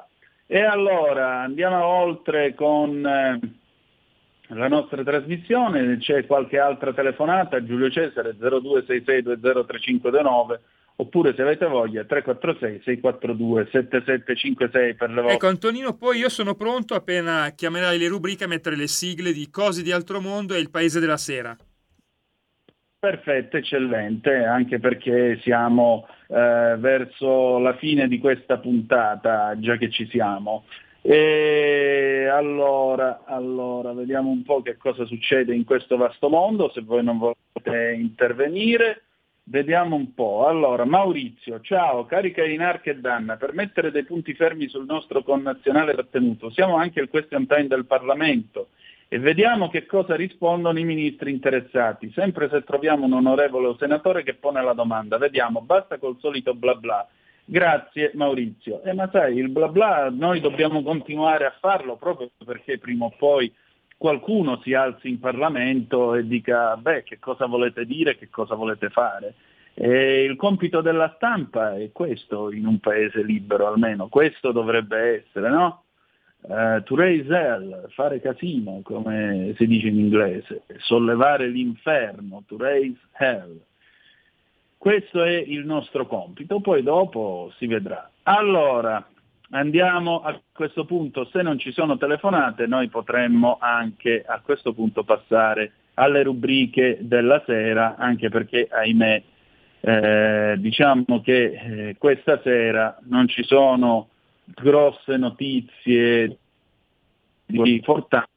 E allora andiamo oltre con eh, la nostra trasmissione, c'è qualche altra telefonata, Giulio Cesare zero due sei sei due zero tre cinque due nove, oppure se avete voglia tre quattro sei sei quattro due sette sette cinque sei per le vostre. Ecco Antonino, poi io sono pronto appena chiamerai le rubriche a mettere le sigle di Cose di Altro Mondo e Il Paese della Sera. Perfetto, eccellente, anche perché siamo eh, verso la fine di questa puntata, già che ci siamo. E allora, allora, vediamo un po' che cosa succede in questo vasto mondo, se voi non volete intervenire. Vediamo un po'. Allora, Maurizio, ciao, carica Inarca e Danna, per mettere dei punti fermi sul nostro connazionale trattenuto, usiamo anche il question time del Parlamento e vediamo che cosa rispondono i ministri interessati, sempre se troviamo un onorevole senatore che pone la domanda, vediamo, basta col solito bla bla. Grazie Maurizio. Eh, ma sai, il bla bla noi dobbiamo continuare a farlo proprio perché prima o poi qualcuno si alzi in Parlamento e dica beh, che cosa volete dire, che cosa volete fare. E il compito della stampa è questo in un paese libero, almeno questo dovrebbe essere, no? Uh, to raise hell, fare casino come si dice in inglese, sollevare l'inferno, to raise hell. Questo è il nostro compito, poi dopo si vedrà. Allora, andiamo a questo punto, se non ci sono telefonate, noi potremmo anche a questo punto passare alle rubriche della sera, anche perché, ahimè, eh, diciamo che eh, questa sera non ci sono grosse notizie di importanza,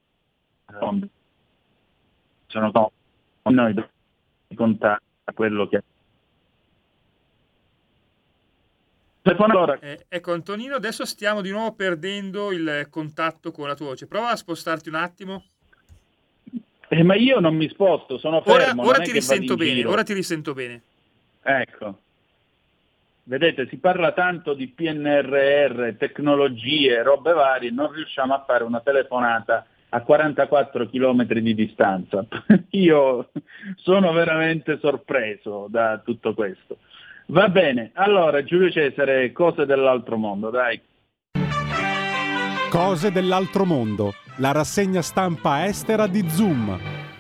sono no, noi dobbiamo contare quello che allora. Eh, ecco Antonino, adesso stiamo di nuovo perdendo il contatto con la tua voce, prova a spostarti un attimo. Eh, ma io non mi sposto, sono fermo. Ora, ora non ti è che risento vado in bene, giro. ora ti risento bene. Ecco. Vedete, si parla tanto di P N R R, tecnologie, robe varie, non riusciamo a fare una telefonata a quarantaquattro chilometri di distanza. Io sono veramente sorpreso da tutto questo. Va bene, allora Giulio Cesare, cose dell'altro mondo, dai. Cose dell'altro mondo, la rassegna stampa estera di Zoom.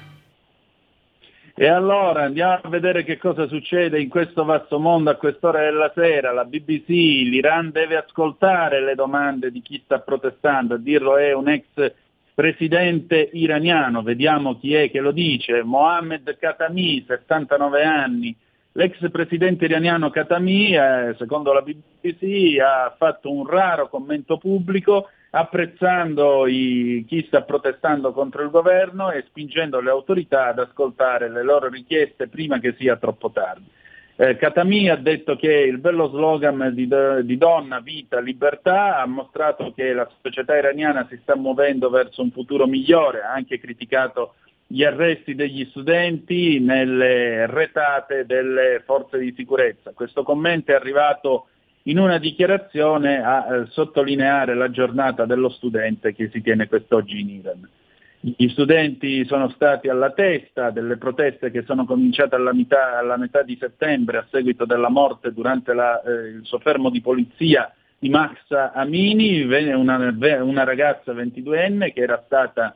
E allora andiamo a vedere che cosa succede in questo vasto mondo a quest'ora della sera. La B B C, l'Iran deve ascoltare le domande di chi sta protestando, a dirlo è un ex presidente iraniano, vediamo chi è che lo dice, Mohammed Khatami, settantanove anni. L'ex presidente iraniano Khatami, eh, secondo la B B C, ha fatto un raro commento pubblico apprezzando i, chi sta protestando contro il governo e spingendo le autorità ad ascoltare le loro richieste prima che sia troppo tardi. Eh, Khatami ha detto che il bello slogan di, di donna, vita, libertà ha mostrato che la società iraniana si sta muovendo verso un futuro migliore, ha anche criticato gli arresti degli studenti nelle retate delle forze di sicurezza. Questo commento è arrivato in una dichiarazione a eh, sottolineare la giornata dello studente che si tiene quest'oggi in Iran. Gli studenti sono stati alla testa delle proteste che sono cominciate alla metà, alla metà di settembre a seguito della morte durante la, eh, il soffermo di polizia di Mahsa Amini, una, una ragazza ventiduenne che era stata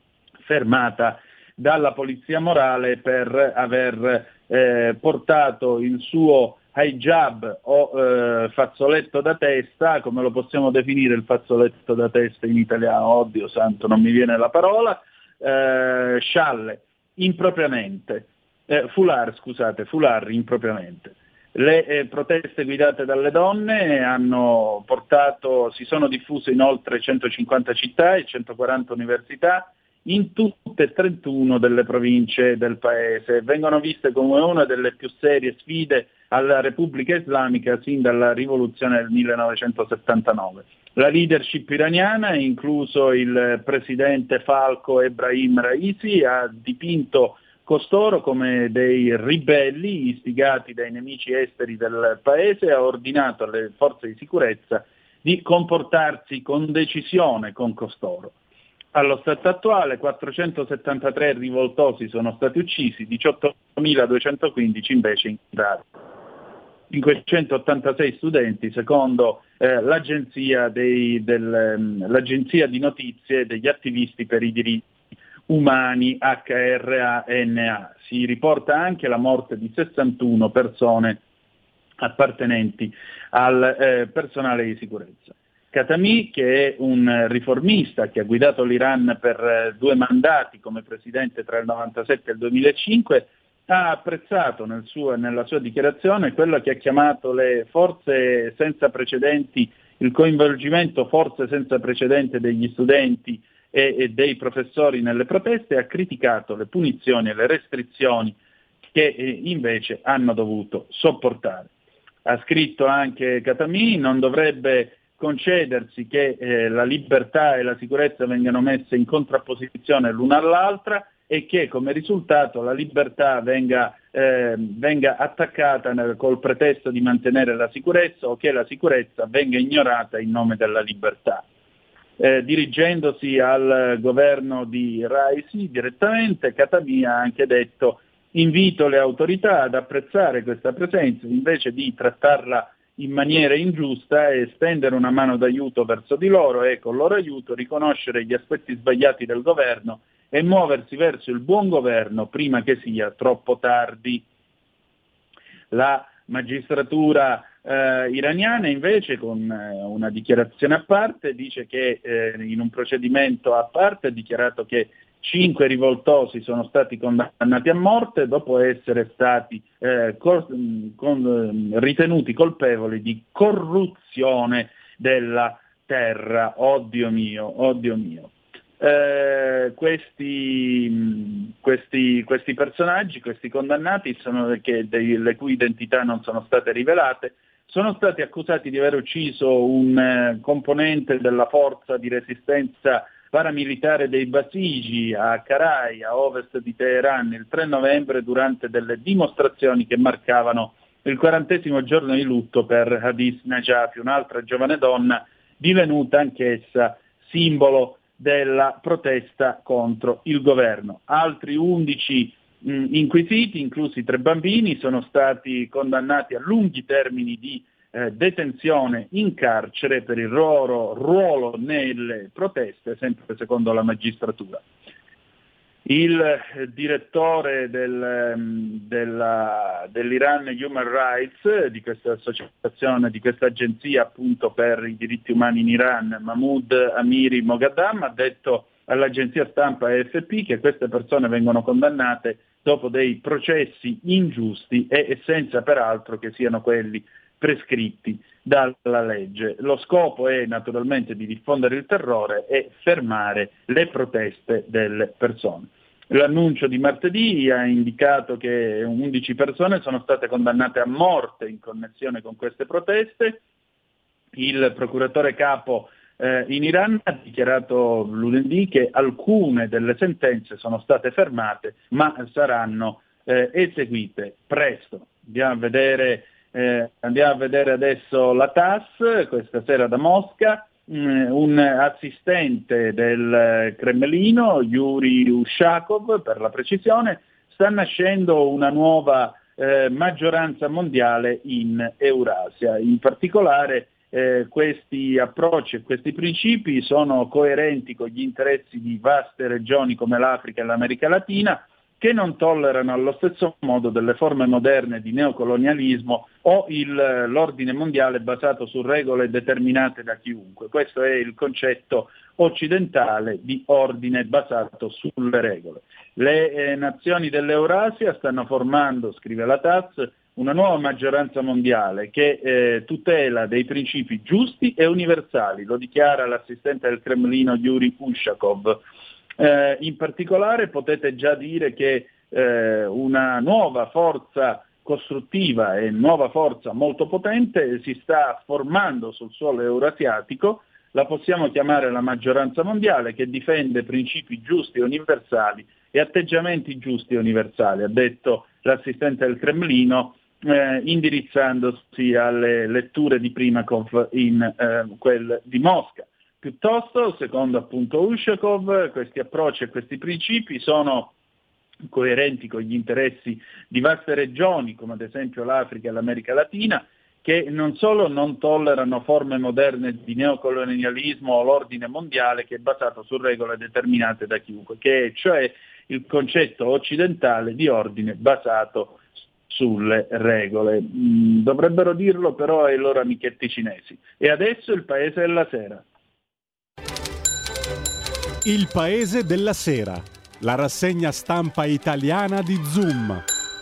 fermata dalla polizia morale per aver eh, portato il suo hijab o eh, fazzoletto da testa, come lo possiamo definire il fazzoletto da testa in italiano, oddio santo non mi viene la parola, eh, scialle, impropriamente, eh, foulard scusate, foulard impropriamente. Le eh, proteste guidate dalle donne hanno portato, si sono diffuse in oltre centocinquanta città e centoquaranta università, in tutte e trentuno delle province del paese. Vengono viste come una delle più serie sfide alla Repubblica Islamica sin dalla rivoluzione del millenovecentosettantanove. La leadership iraniana, incluso il presidente falco Ebrahim Raisi, ha dipinto costoro come dei ribelli istigati dai nemici esteri del paese e ha ordinato alle forze di sicurezza di comportarsi con decisione con costoro. Allo stato attuale quattrocentosettantatré rivoltosi sono stati uccisi, diciottomiladuecentoquindici invece in Iran. cinquecentottantasei studenti, secondo eh, l'agenzia, dei, del, um, l'agenzia di notizie degli attivisti per i diritti umani H R A N A. Si riporta anche la morte di sessantuno persone appartenenti al eh, personale di sicurezza. Khatami, che è un riformista che ha guidato l'Iran per eh, due mandati come presidente tra il novantasette e il duemilacinque, ha apprezzato nel suo, nella sua dichiarazione quello che ha chiamato le forze senza precedenti, il coinvolgimento forze senza precedenti degli studenti e, e dei professori nelle proteste, e ha criticato le punizioni e le restrizioni che eh, invece hanno dovuto sopportare. Ha scritto anche Khatami: non dovrebbe concedersi che eh, la libertà e la sicurezza vengano messe in contrapposizione l'una all'altra, e che come risultato la libertà venga, eh, venga attaccata nel, col pretesto di mantenere la sicurezza, o che la sicurezza venga ignorata in nome della libertà. Eh, dirigendosi al governo di Raisi direttamente, Khatami ha anche detto: invito le autorità ad apprezzare questa presenza invece di trattarla in maniera ingiusta e stendere una mano d'aiuto verso di loro, e con loro aiuto riconoscere gli aspetti sbagliati del governo e muoversi verso il buon governo prima che sia troppo tardi. La magistratura eh, iraniana invece, con eh, una dichiarazione a parte, dice che eh, in un procedimento a parte ha dichiarato che cinque rivoltosi sono stati condannati a morte dopo essere stati eh, cor- con, ritenuti colpevoli di corruzione della terra. Oddio mio, oddio mio. Eh, questi, questi, questi personaggi, questi condannati, sono che, dei, le cui identità non sono state rivelate, sono stati accusati di aver ucciso un eh, componente della forza di resistenza paramilitare dei Basigi a Karai, a ovest di Teheran, il tre novembre, durante delle dimostrazioni che marcavano il quarantesimo giorno di lutto per Hadis Najafi, un'altra giovane donna divenuta anch'essa simbolo della protesta contro il governo. Altri undici mh, inquisiti, inclusi tre bambini, sono stati condannati a lunghi termini di eh, detenzione in carcere per il loro ruolo nelle proteste, sempre secondo la magistratura. Il eh, direttore del, della, dell'Iran Human Rights, di questa associazione, di questa agenzia appunto per i diritti umani in Iran, Mahmoud Amiri Moghadam, ha detto all'agenzia stampa A F P che queste persone vengono condannate dopo dei processi ingiusti e senza peraltro che siano quelli prescritti dalla legge. Lo scopo è naturalmente di diffondere il terrore e fermare le proteste delle persone. L'annuncio di martedì ha indicato che undici persone sono state condannate a morte in connessione con queste proteste. Il procuratore capo eh, in Iran ha dichiarato lunedì che alcune delle sentenze sono state fermate, ma saranno eh, eseguite presto. Andiamo a vedere Eh, andiamo a vedere adesso la T A S S, questa sera da Mosca. mh, un assistente del Cremlino, Yuri Ushakov per la precisione, sta nascendo una nuova eh, maggioranza mondiale in Eurasia. In particolare eh, questi approcci e questi principi sono coerenti con gli interessi di vaste regioni come l'Africa e l'America Latina, che non tollerano allo stesso modo delle forme moderne di neocolonialismo o il, l'ordine mondiale basato su regole determinate da chiunque. Questo è il concetto occidentale di ordine basato sulle regole. Le eh, nazioni dell'Eurasia stanno formando, scrive la T A S S, una nuova maggioranza mondiale che eh, tutela dei principi giusti e universali, lo dichiara l'assistente del Cremlino Yuri Ushakov. Eh, in particolare potete già dire che eh, una nuova forza costruttiva e nuova forza molto potente si sta formando sul suolo eurasiatico, la possiamo chiamare la maggioranza mondiale, che difende principi giusti e universali e atteggiamenti giusti e universali, ha detto l'assistente del Cremlino, eh, indirizzandosi alle letture di Primakov in eh, quel di Mosca. Piuttosto, secondo appunto Ushakov, questi approcci e questi principi sono coerenti con gli interessi di vaste regioni, come ad esempio l'Africa e l'America Latina, che non solo non tollerano forme moderne di neocolonialismo o l'ordine mondiale che è basato su regole determinate da chiunque, che è cioè il concetto occidentale di ordine basato sulle regole. Mm, dovrebbero dirlo però ai loro amichetti cinesi. E adesso il Paese della Sera. Il Paese della Sera, la rassegna stampa italiana di Zoom.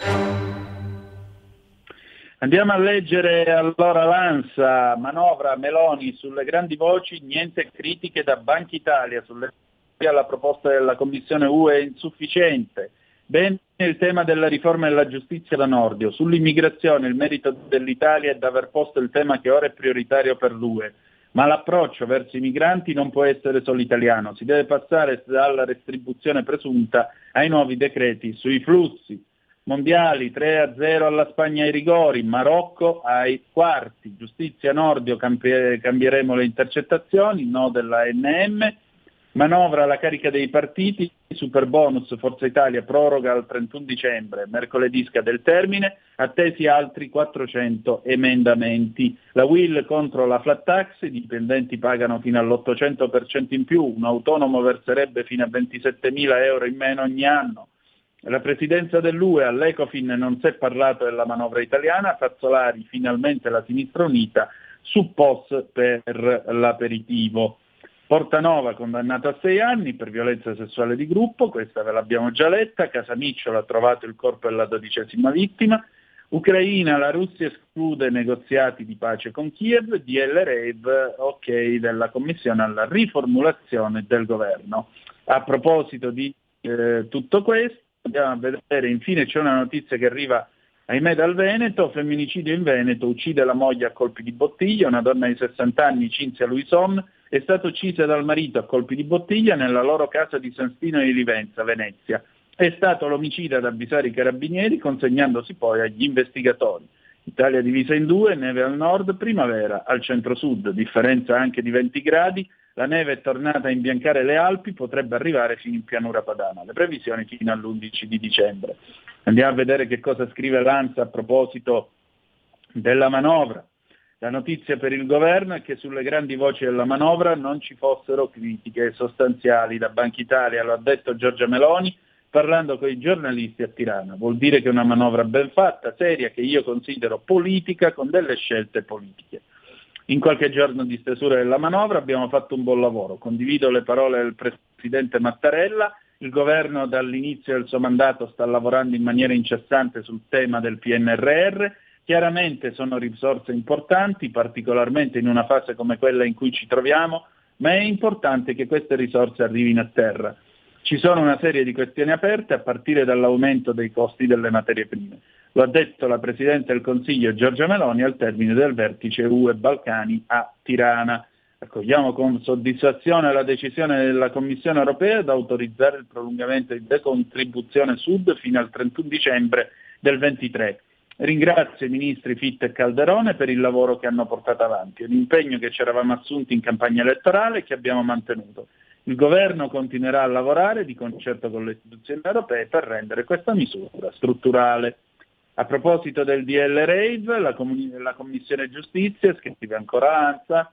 Andiamo a leggere allora l'ANSA, manovra Meloni sulle grandi voci, niente critiche da Banca Italia, sulle la proposta della Commissione U E è insufficiente. Bene il tema della riforma della giustizia da Nordio, sull'immigrazione il merito dell'Italia è d'aver posto il tema che ora è prioritario per l'U E, ma l'approccio verso i migranti non può essere solo italiano, si deve passare dalla restribuzione presunta ai nuovi decreti sui flussi. Mondiali tre a zero alla Spagna ai rigori, Marocco ai quarti, giustizia Nordio, cambi- cambieremo le intercettazioni, no della A N M, manovra alla carica dei partiti, super bonus Forza Italia proroga al trentuno dicembre, mercoledì scade il termine, attesi altri quattrocento emendamenti. La Will contro la flat tax, i dipendenti pagano fino all'ottocento per cento in più, un autonomo verserebbe fino a ventisettemila euro in meno ogni anno. La presidenza dell'U E all'Ecofin non si è parlato della manovra italiana, Fazzolari finalmente la sinistra unita su P O S per l'aperitivo. Portanova condannato a sei anni per violenza sessuale di gruppo, questa ve l'abbiamo già letta, Casamicciola ha trovato il corpo della dodicesima vittima, Ucraina, la Russia esclude negoziati di pace con Kiev, D L Rave, ok della Commissione alla riformulazione del governo. A proposito di eh, tutto questo, andiamo a vedere, infine c'è una notizia che arriva ahimè dal Veneto, femminicidio in Veneto, uccide la moglie a colpi di bottiglia, una donna di sessanta anni, Cinzia Luison, è stata uccisa dal marito a colpi di bottiglia nella loro casa di San Stino di Livenza, Venezia. È stato l'omicida ad avvisare i carabinieri, consegnandosi poi agli investigatori. Italia divisa in due, neve al nord, primavera al centro-sud, differenza anche di venti gradi, la neve è tornata a imbiancare le Alpi, potrebbe arrivare fino in pianura padana, le previsioni fino all'undici di dicembre. Andiamo a vedere che cosa scrive l'ANSA a proposito della manovra. La notizia per il governo è che sulle grandi voci della manovra non ci fossero critiche sostanziali da Banca Italia, lo ha detto Giorgia Meloni parlando con i giornalisti a Tirana. Vuol dire che è una manovra ben fatta, seria, che io considero politica, con delle scelte politiche. In qualche giorno di stesura della manovra abbiamo fatto un buon lavoro. Condivido le parole del Presidente Mattarella. Il governo dall'inizio del suo mandato sta lavorando in maniera incessante sul tema del P N R R. Chiaramente sono risorse importanti, particolarmente in una fase come quella in cui ci troviamo, ma è importante che queste risorse arrivino a terra. Ci sono una serie di questioni aperte a partire dall'aumento dei costi delle materie prime. Lo ha detto la Presidente del Consiglio Giorgia Meloni al termine del vertice U E Balcani a Tirana. Accogliamo con soddisfazione la decisione della Commissione europea di autorizzare il prolungamento di decontribuzione Sud fino al trentuno dicembre del ventitré. Ringrazio i ministri Fitta e Calderone per il lavoro che hanno portato avanti, un impegno che ci eravamo assunti in campagna elettorale e che abbiamo mantenuto. Il governo continuerà a lavorare di concerto con le istituzioni europee per rendere questa misura strutturale. A proposito del D L Rave, la, Com- la Commissione Giustizia, scrive ancora ANSA,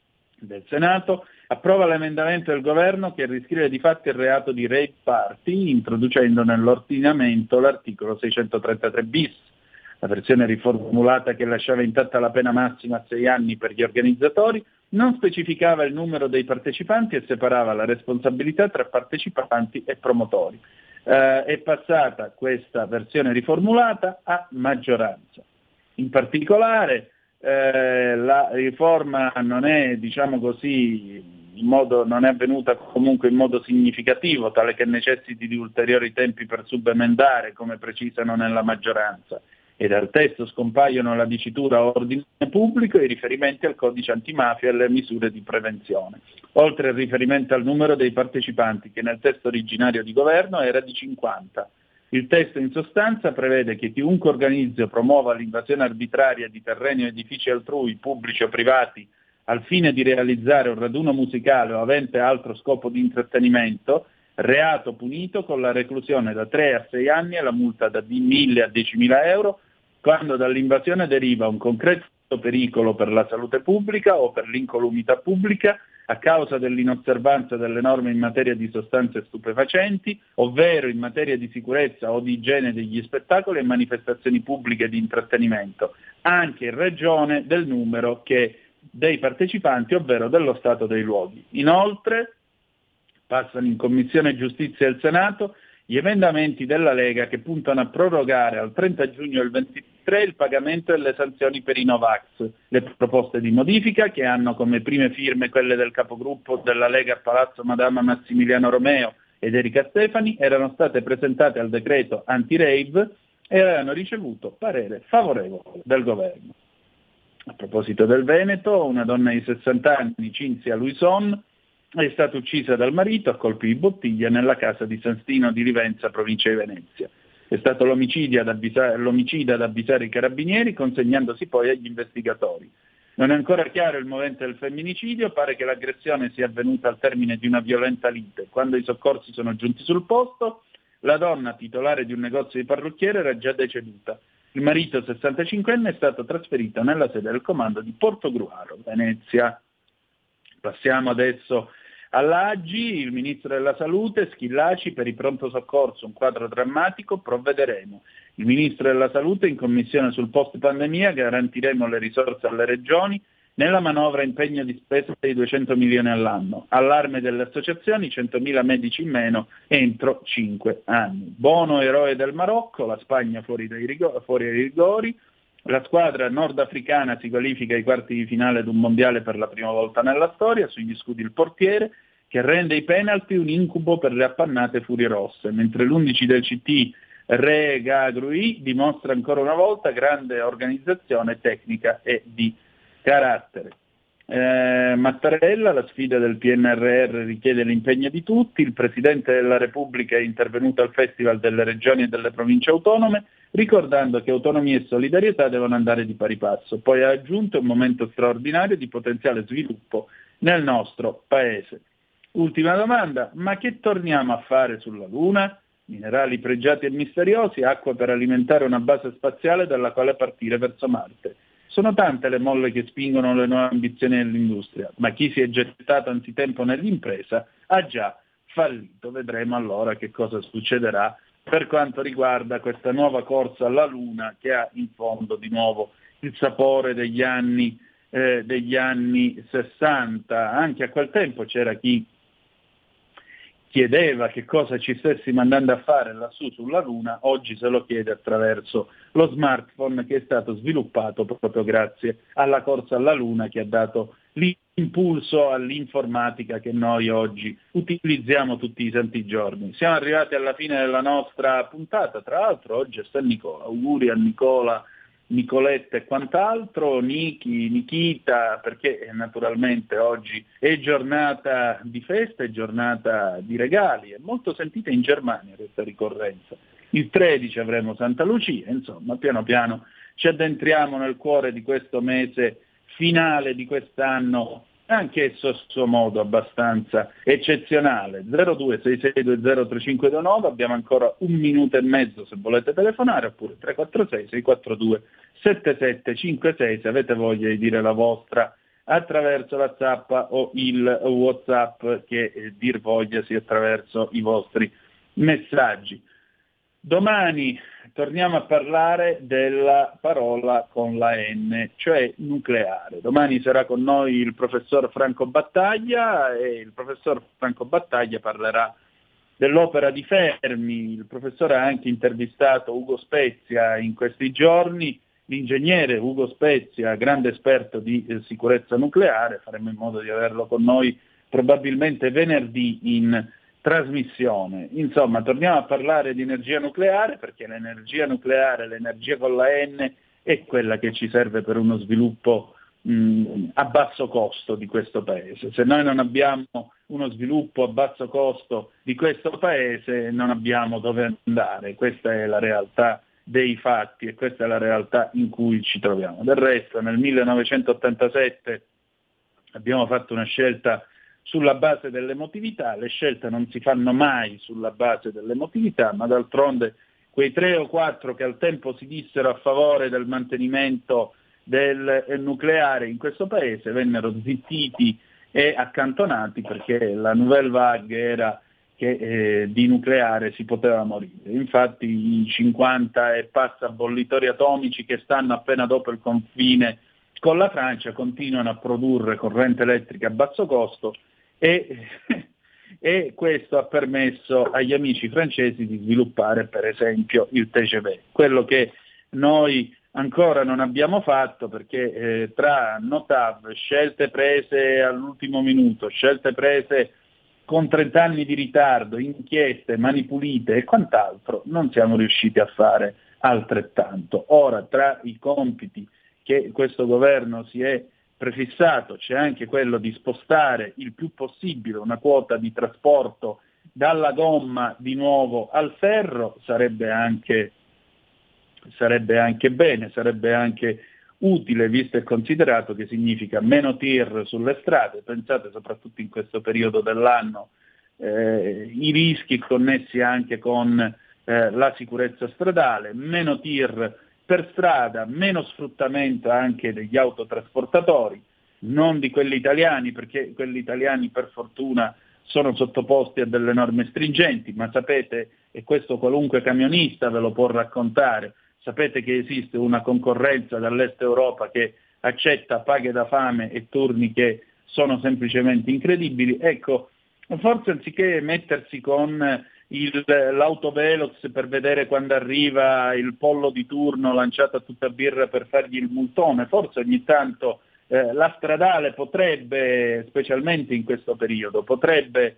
del Senato, approva l'emendamento del governo che riscrive di fatto il reato di rave party, introducendo nell'ordinamento l'articolo seicentotrentatré bis. La versione riformulata che lasciava intatta la pena massima a sei anni per gli organizzatori non specificava il numero dei partecipanti e separava la responsabilità tra partecipanti e promotori. Eh, è passata questa versione riformulata a maggioranza. In particolare eh, la riforma non è, diciamo così, in modo, non è avvenuta comunque in modo significativo, tale che necessiti di ulteriori tempi per subemendare, come precisano nella maggioranza. E dal testo scompaiono la dicitura ordine pubblico e i riferimenti al codice antimafia e alle misure di prevenzione, oltre al riferimento al numero dei partecipanti che nel testo originario di governo era di cinquanta. Il testo in sostanza prevede che chiunque organizzi o promuova l'invasione arbitraria di terreni o edifici altrui, pubblici o privati, al fine di realizzare un raduno musicale o avente altro scopo di intrattenimento, reato punito con la reclusione da tre a sei anni e la multa da mille a diecimila euro, quando dall'invasione deriva un concreto pericolo per la salute pubblica o per l'incolumità pubblica a causa dell'inosservanza delle norme in materia di sostanze stupefacenti, ovvero in materia di sicurezza o di igiene degli spettacoli e manifestazioni pubbliche di intrattenimento, anche in ragione del numero che dei partecipanti, ovvero dello stato dei luoghi. Inoltre, passano in Commissione Giustizia del Senato gli emendamenti della Lega che puntano a prorogare al trenta giugno del ventitré il pagamento delle sanzioni per i Novax. Le proposte di modifica, che hanno come prime firme quelle del capogruppo della Lega a Palazzo Madama Massimiliano Romeo ed Erika Stefani, erano state presentate al decreto anti-rave e avevano ricevuto parere favorevole del governo. A proposito del Veneto, una donna di sessanta anni, Cinzia Luison, è stata uccisa dal marito a colpi di bottiglia nella casa di San Stino di Livenza, provincia di Venezia. È stato l'omicidio ad avvisare, l'omicida ad avvisare i carabinieri, consegnandosi poi agli investigatori. Non è ancora chiaro il movente del femminicidio, pare che l'aggressione sia avvenuta al termine di una violenta lite. Quando i soccorsi sono giunti sul posto, la donna, titolare di un negozio di parrucchiere, era già deceduta. Il marito, sessantacinquenne, è stato trasferito nella sede del comando di Portogruaro, Venezia. Passiamo adesso all'A G I, il ministro della Salute, Schillaci, per il pronto soccorso, un quadro drammatico, provvederemo. Il ministro della Salute, in commissione sul post-pandemia, garantiremo le risorse alle regioni, nella manovra impegno di spesa di duecento milioni all'anno. Allarme delle associazioni, centomila medici in meno entro cinque anni. Bono eroe del Marocco, la Spagna fuori dai rigori, fuori dai rigori. La squadra nordafricana si qualifica ai quarti di finale ad un mondiale per la prima volta nella storia, sugli scudi il portiere, che rende i penalty un incubo per le appannate furie rosse, mentre l'undici del C T Re Gagrui dimostra ancora una volta grande organizzazione tecnica e di carattere. Eh, Mattarella, la sfida del P N R R richiede l'impegno di tutti, il Presidente della Repubblica è intervenuto al Festival delle Regioni e delle Province Autonome, ricordando che autonomia e solidarietà devono andare di pari passo. Poi ha aggiunto un momento straordinario di potenziale sviluppo nel nostro Paese. Ultima domanda, ma che torniamo a fare sulla Luna? Minerali pregiati e misteriosi, acqua per alimentare una base spaziale dalla quale partire verso Marte. Sono tante le molle che spingono le nuove ambizioni dell'industria, ma chi si è gettato anzitempo nell'impresa ha già fallito. Vedremo allora che cosa succederà per quanto riguarda questa nuova corsa alla Luna, che ha in fondo di nuovo il sapore degli anni, eh, degli anni sessanta. Anche a quel tempo c'era chi chiedeva che cosa ci stessimo andando a fare lassù sulla Luna, oggi se lo chiede attraverso lo smartphone che è stato sviluppato proprio grazie alla corsa alla Luna, che ha dato l'impulso all'informatica che noi oggi utilizziamo tutti i santi giorni. Siamo arrivati alla fine della nostra puntata, tra l'altro oggi è San Nicola, auguri a Nicola, Nicoletta e quant'altro, Niki, Nikita, perché naturalmente oggi è giornata di festa, è giornata di regali, è molto sentita in Germania questa ricorrenza. Il tredici avremo Santa Lucia, insomma piano piano ci addentriamo nel cuore di questo mese finale di quest'anno, anch'esso a suo modo abbastanza eccezionale. zero due sei sei due zero tre cinque due nove, abbiamo ancora un minuto e mezzo se volete telefonare, oppure tre quattro sei sei quattro due sette sette cinque sei se avete voglia di dire la vostra attraverso la zappa o il WhatsApp, che eh, dir voglia sia attraverso i vostri messaggi. Domani torniamo a parlare della parola con la N, cioè nucleare. Domani sarà con noi il professor Franco Battaglia e il professor Franco Battaglia parlerà dell'opera di Fermi. Il professore ha anche intervistato Ugo Spezia in questi giorni, l'ingegnere Ugo Spezia, grande esperto di eh, sicurezza nucleare. Faremo in modo di averlo con noi probabilmente venerdì in trasmissione. Insomma, torniamo a parlare di energia nucleare, perché l'energia nucleare, l'energia con la N, è quella che ci serve per uno sviluppo mh, a basso costo di questo Paese. Se noi non abbiamo uno sviluppo a basso costo di questo Paese, non abbiamo dove andare. Questa è la realtà dei fatti e questa è la realtà in cui ci troviamo. Del resto, nel millenovecentottantasette abbiamo fatto una scelta sulla base dell'emotività, le scelte non si fanno mai sulla base dell'emotività, ma d'altronde quei tre o quattro che al tempo si dissero a favore del mantenimento del nucleare in questo paese vennero zittiti e accantonati perché la nouvelle vague era che eh, di nucleare si poteva morire. Infatti i cinquanta e passa bollitori atomici che stanno appena dopo il confine con la Francia continuano a produrre corrente elettrica a basso costo e, e questo ha permesso agli amici francesi di sviluppare per esempio il T G V, quello che noi ancora non abbiamo fatto perché eh, tra Notav, scelte prese all'ultimo minuto, scelte prese con trenta anni di ritardo, inchieste, mani pulite e quant'altro, non siamo riusciti a fare altrettanto. Ora, tra i compiti che questo governo si è prefissato c'è anche quello di spostare il più possibile una quota di trasporto dalla gomma di nuovo al ferro, sarebbe anche sarebbe anche bene, sarebbe anche utile, visto e considerato che significa meno tir sulle strade. Pensate soprattutto in questo periodo dell'anno eh, i rischi connessi anche con eh, la sicurezza stradale, meno tir per strada, meno sfruttamento anche degli autotrasportatori, non di quelli italiani, perché quelli italiani per fortuna sono sottoposti a delle norme stringenti, ma sapete, e questo qualunque camionista ve lo può raccontare, sapete che esiste una concorrenza dall'Est Europa che accetta paghe da fame e turni che sono semplicemente incredibili. Ecco, forse anziché mettersi con il, l'autovelox per vedere quando arriva il pollo di turno lanciato a tutta birra per fargli il multone, forse ogni tanto eh, la stradale potrebbe, specialmente in questo periodo, potrebbe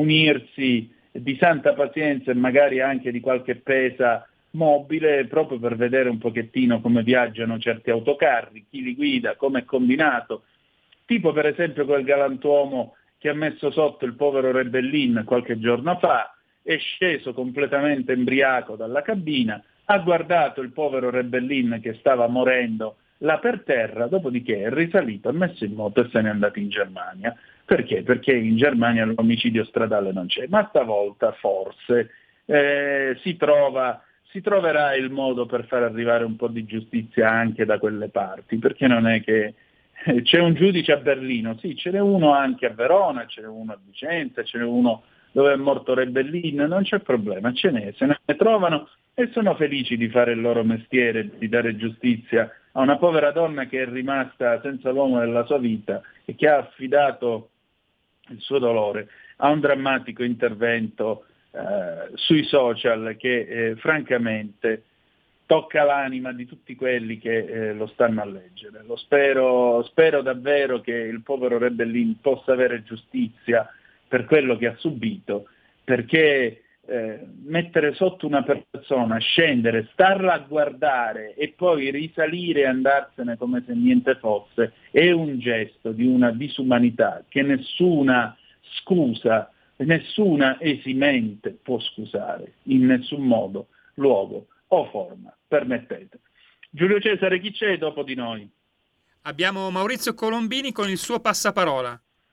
munirsi di santa pazienza e magari anche di qualche pesa mobile proprio per vedere un pochettino come viaggiano certi autocarri, chi li guida, come è combinato, tipo per esempio quel galantuomo che ha messo sotto il povero Rebellin qualche giorno fa, è sceso completamente embriaco dalla cabina, ha guardato il povero Rebellin che stava morendo là per terra, dopodiché è risalito, ha messo in moto e se n'è andato in Germania. Perché? Perché in Germania l'omicidio stradale non c'è, ma stavolta forse eh, si trova si troverà il modo per far arrivare un po' di giustizia anche da quelle parti, perché non è che c'è un giudice a Berlino, sì, ce n'è uno anche a Verona, ce n'è uno a Vicenza, ce n'è uno dove è morto Rebellin, non c'è problema, ce n'è, se ne trovano e sono felici di fare il loro mestiere, di dare giustizia a una povera donna che è rimasta senza l'uomo nella sua vita e che ha affidato il suo dolore a un drammatico intervento Uh, sui social che eh, francamente tocca l'anima di tutti quelli che eh, lo stanno a leggere. Lo spero, spero davvero che il povero Rebellin possa avere giustizia per quello che ha subito, perché eh, mettere sotto una persona, scendere, starla a guardare e poi risalire e andarsene come se niente fosse è un gesto di una disumanità che nessuna scusa, nessuna esimente può scusare, in nessun modo, luogo o forma, permettete. Giulio Cesare, chi c'è dopo di noi? Abbiamo Maurizio Colombini con il suo passaparola.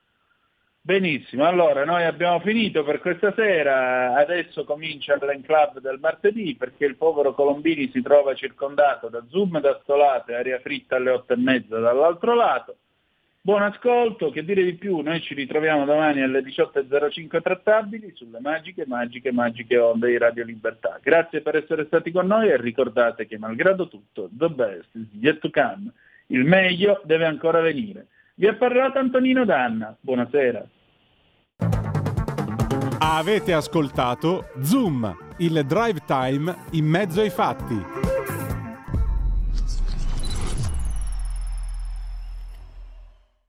Benissimo, allora noi abbiamo finito per questa sera, adesso comincia l'Enclave del martedì perché il povero Colombini si trova circondato da Zoom, da stolate, aria fritta alle otto e mezza dall'altro lato. Buon ascolto, che dire di più, noi ci ritroviamo domani alle diciotto e zero cinque trattabili sulle magiche, magiche, magiche onde di Radio Libertà. Grazie per essere stati con noi e ricordate che malgrado tutto, the best is yet to come, il meglio deve ancora venire. Vi ha parlato Antonino Danna, buonasera. Avete ascoltato Zoom, il drive time in mezzo ai fatti.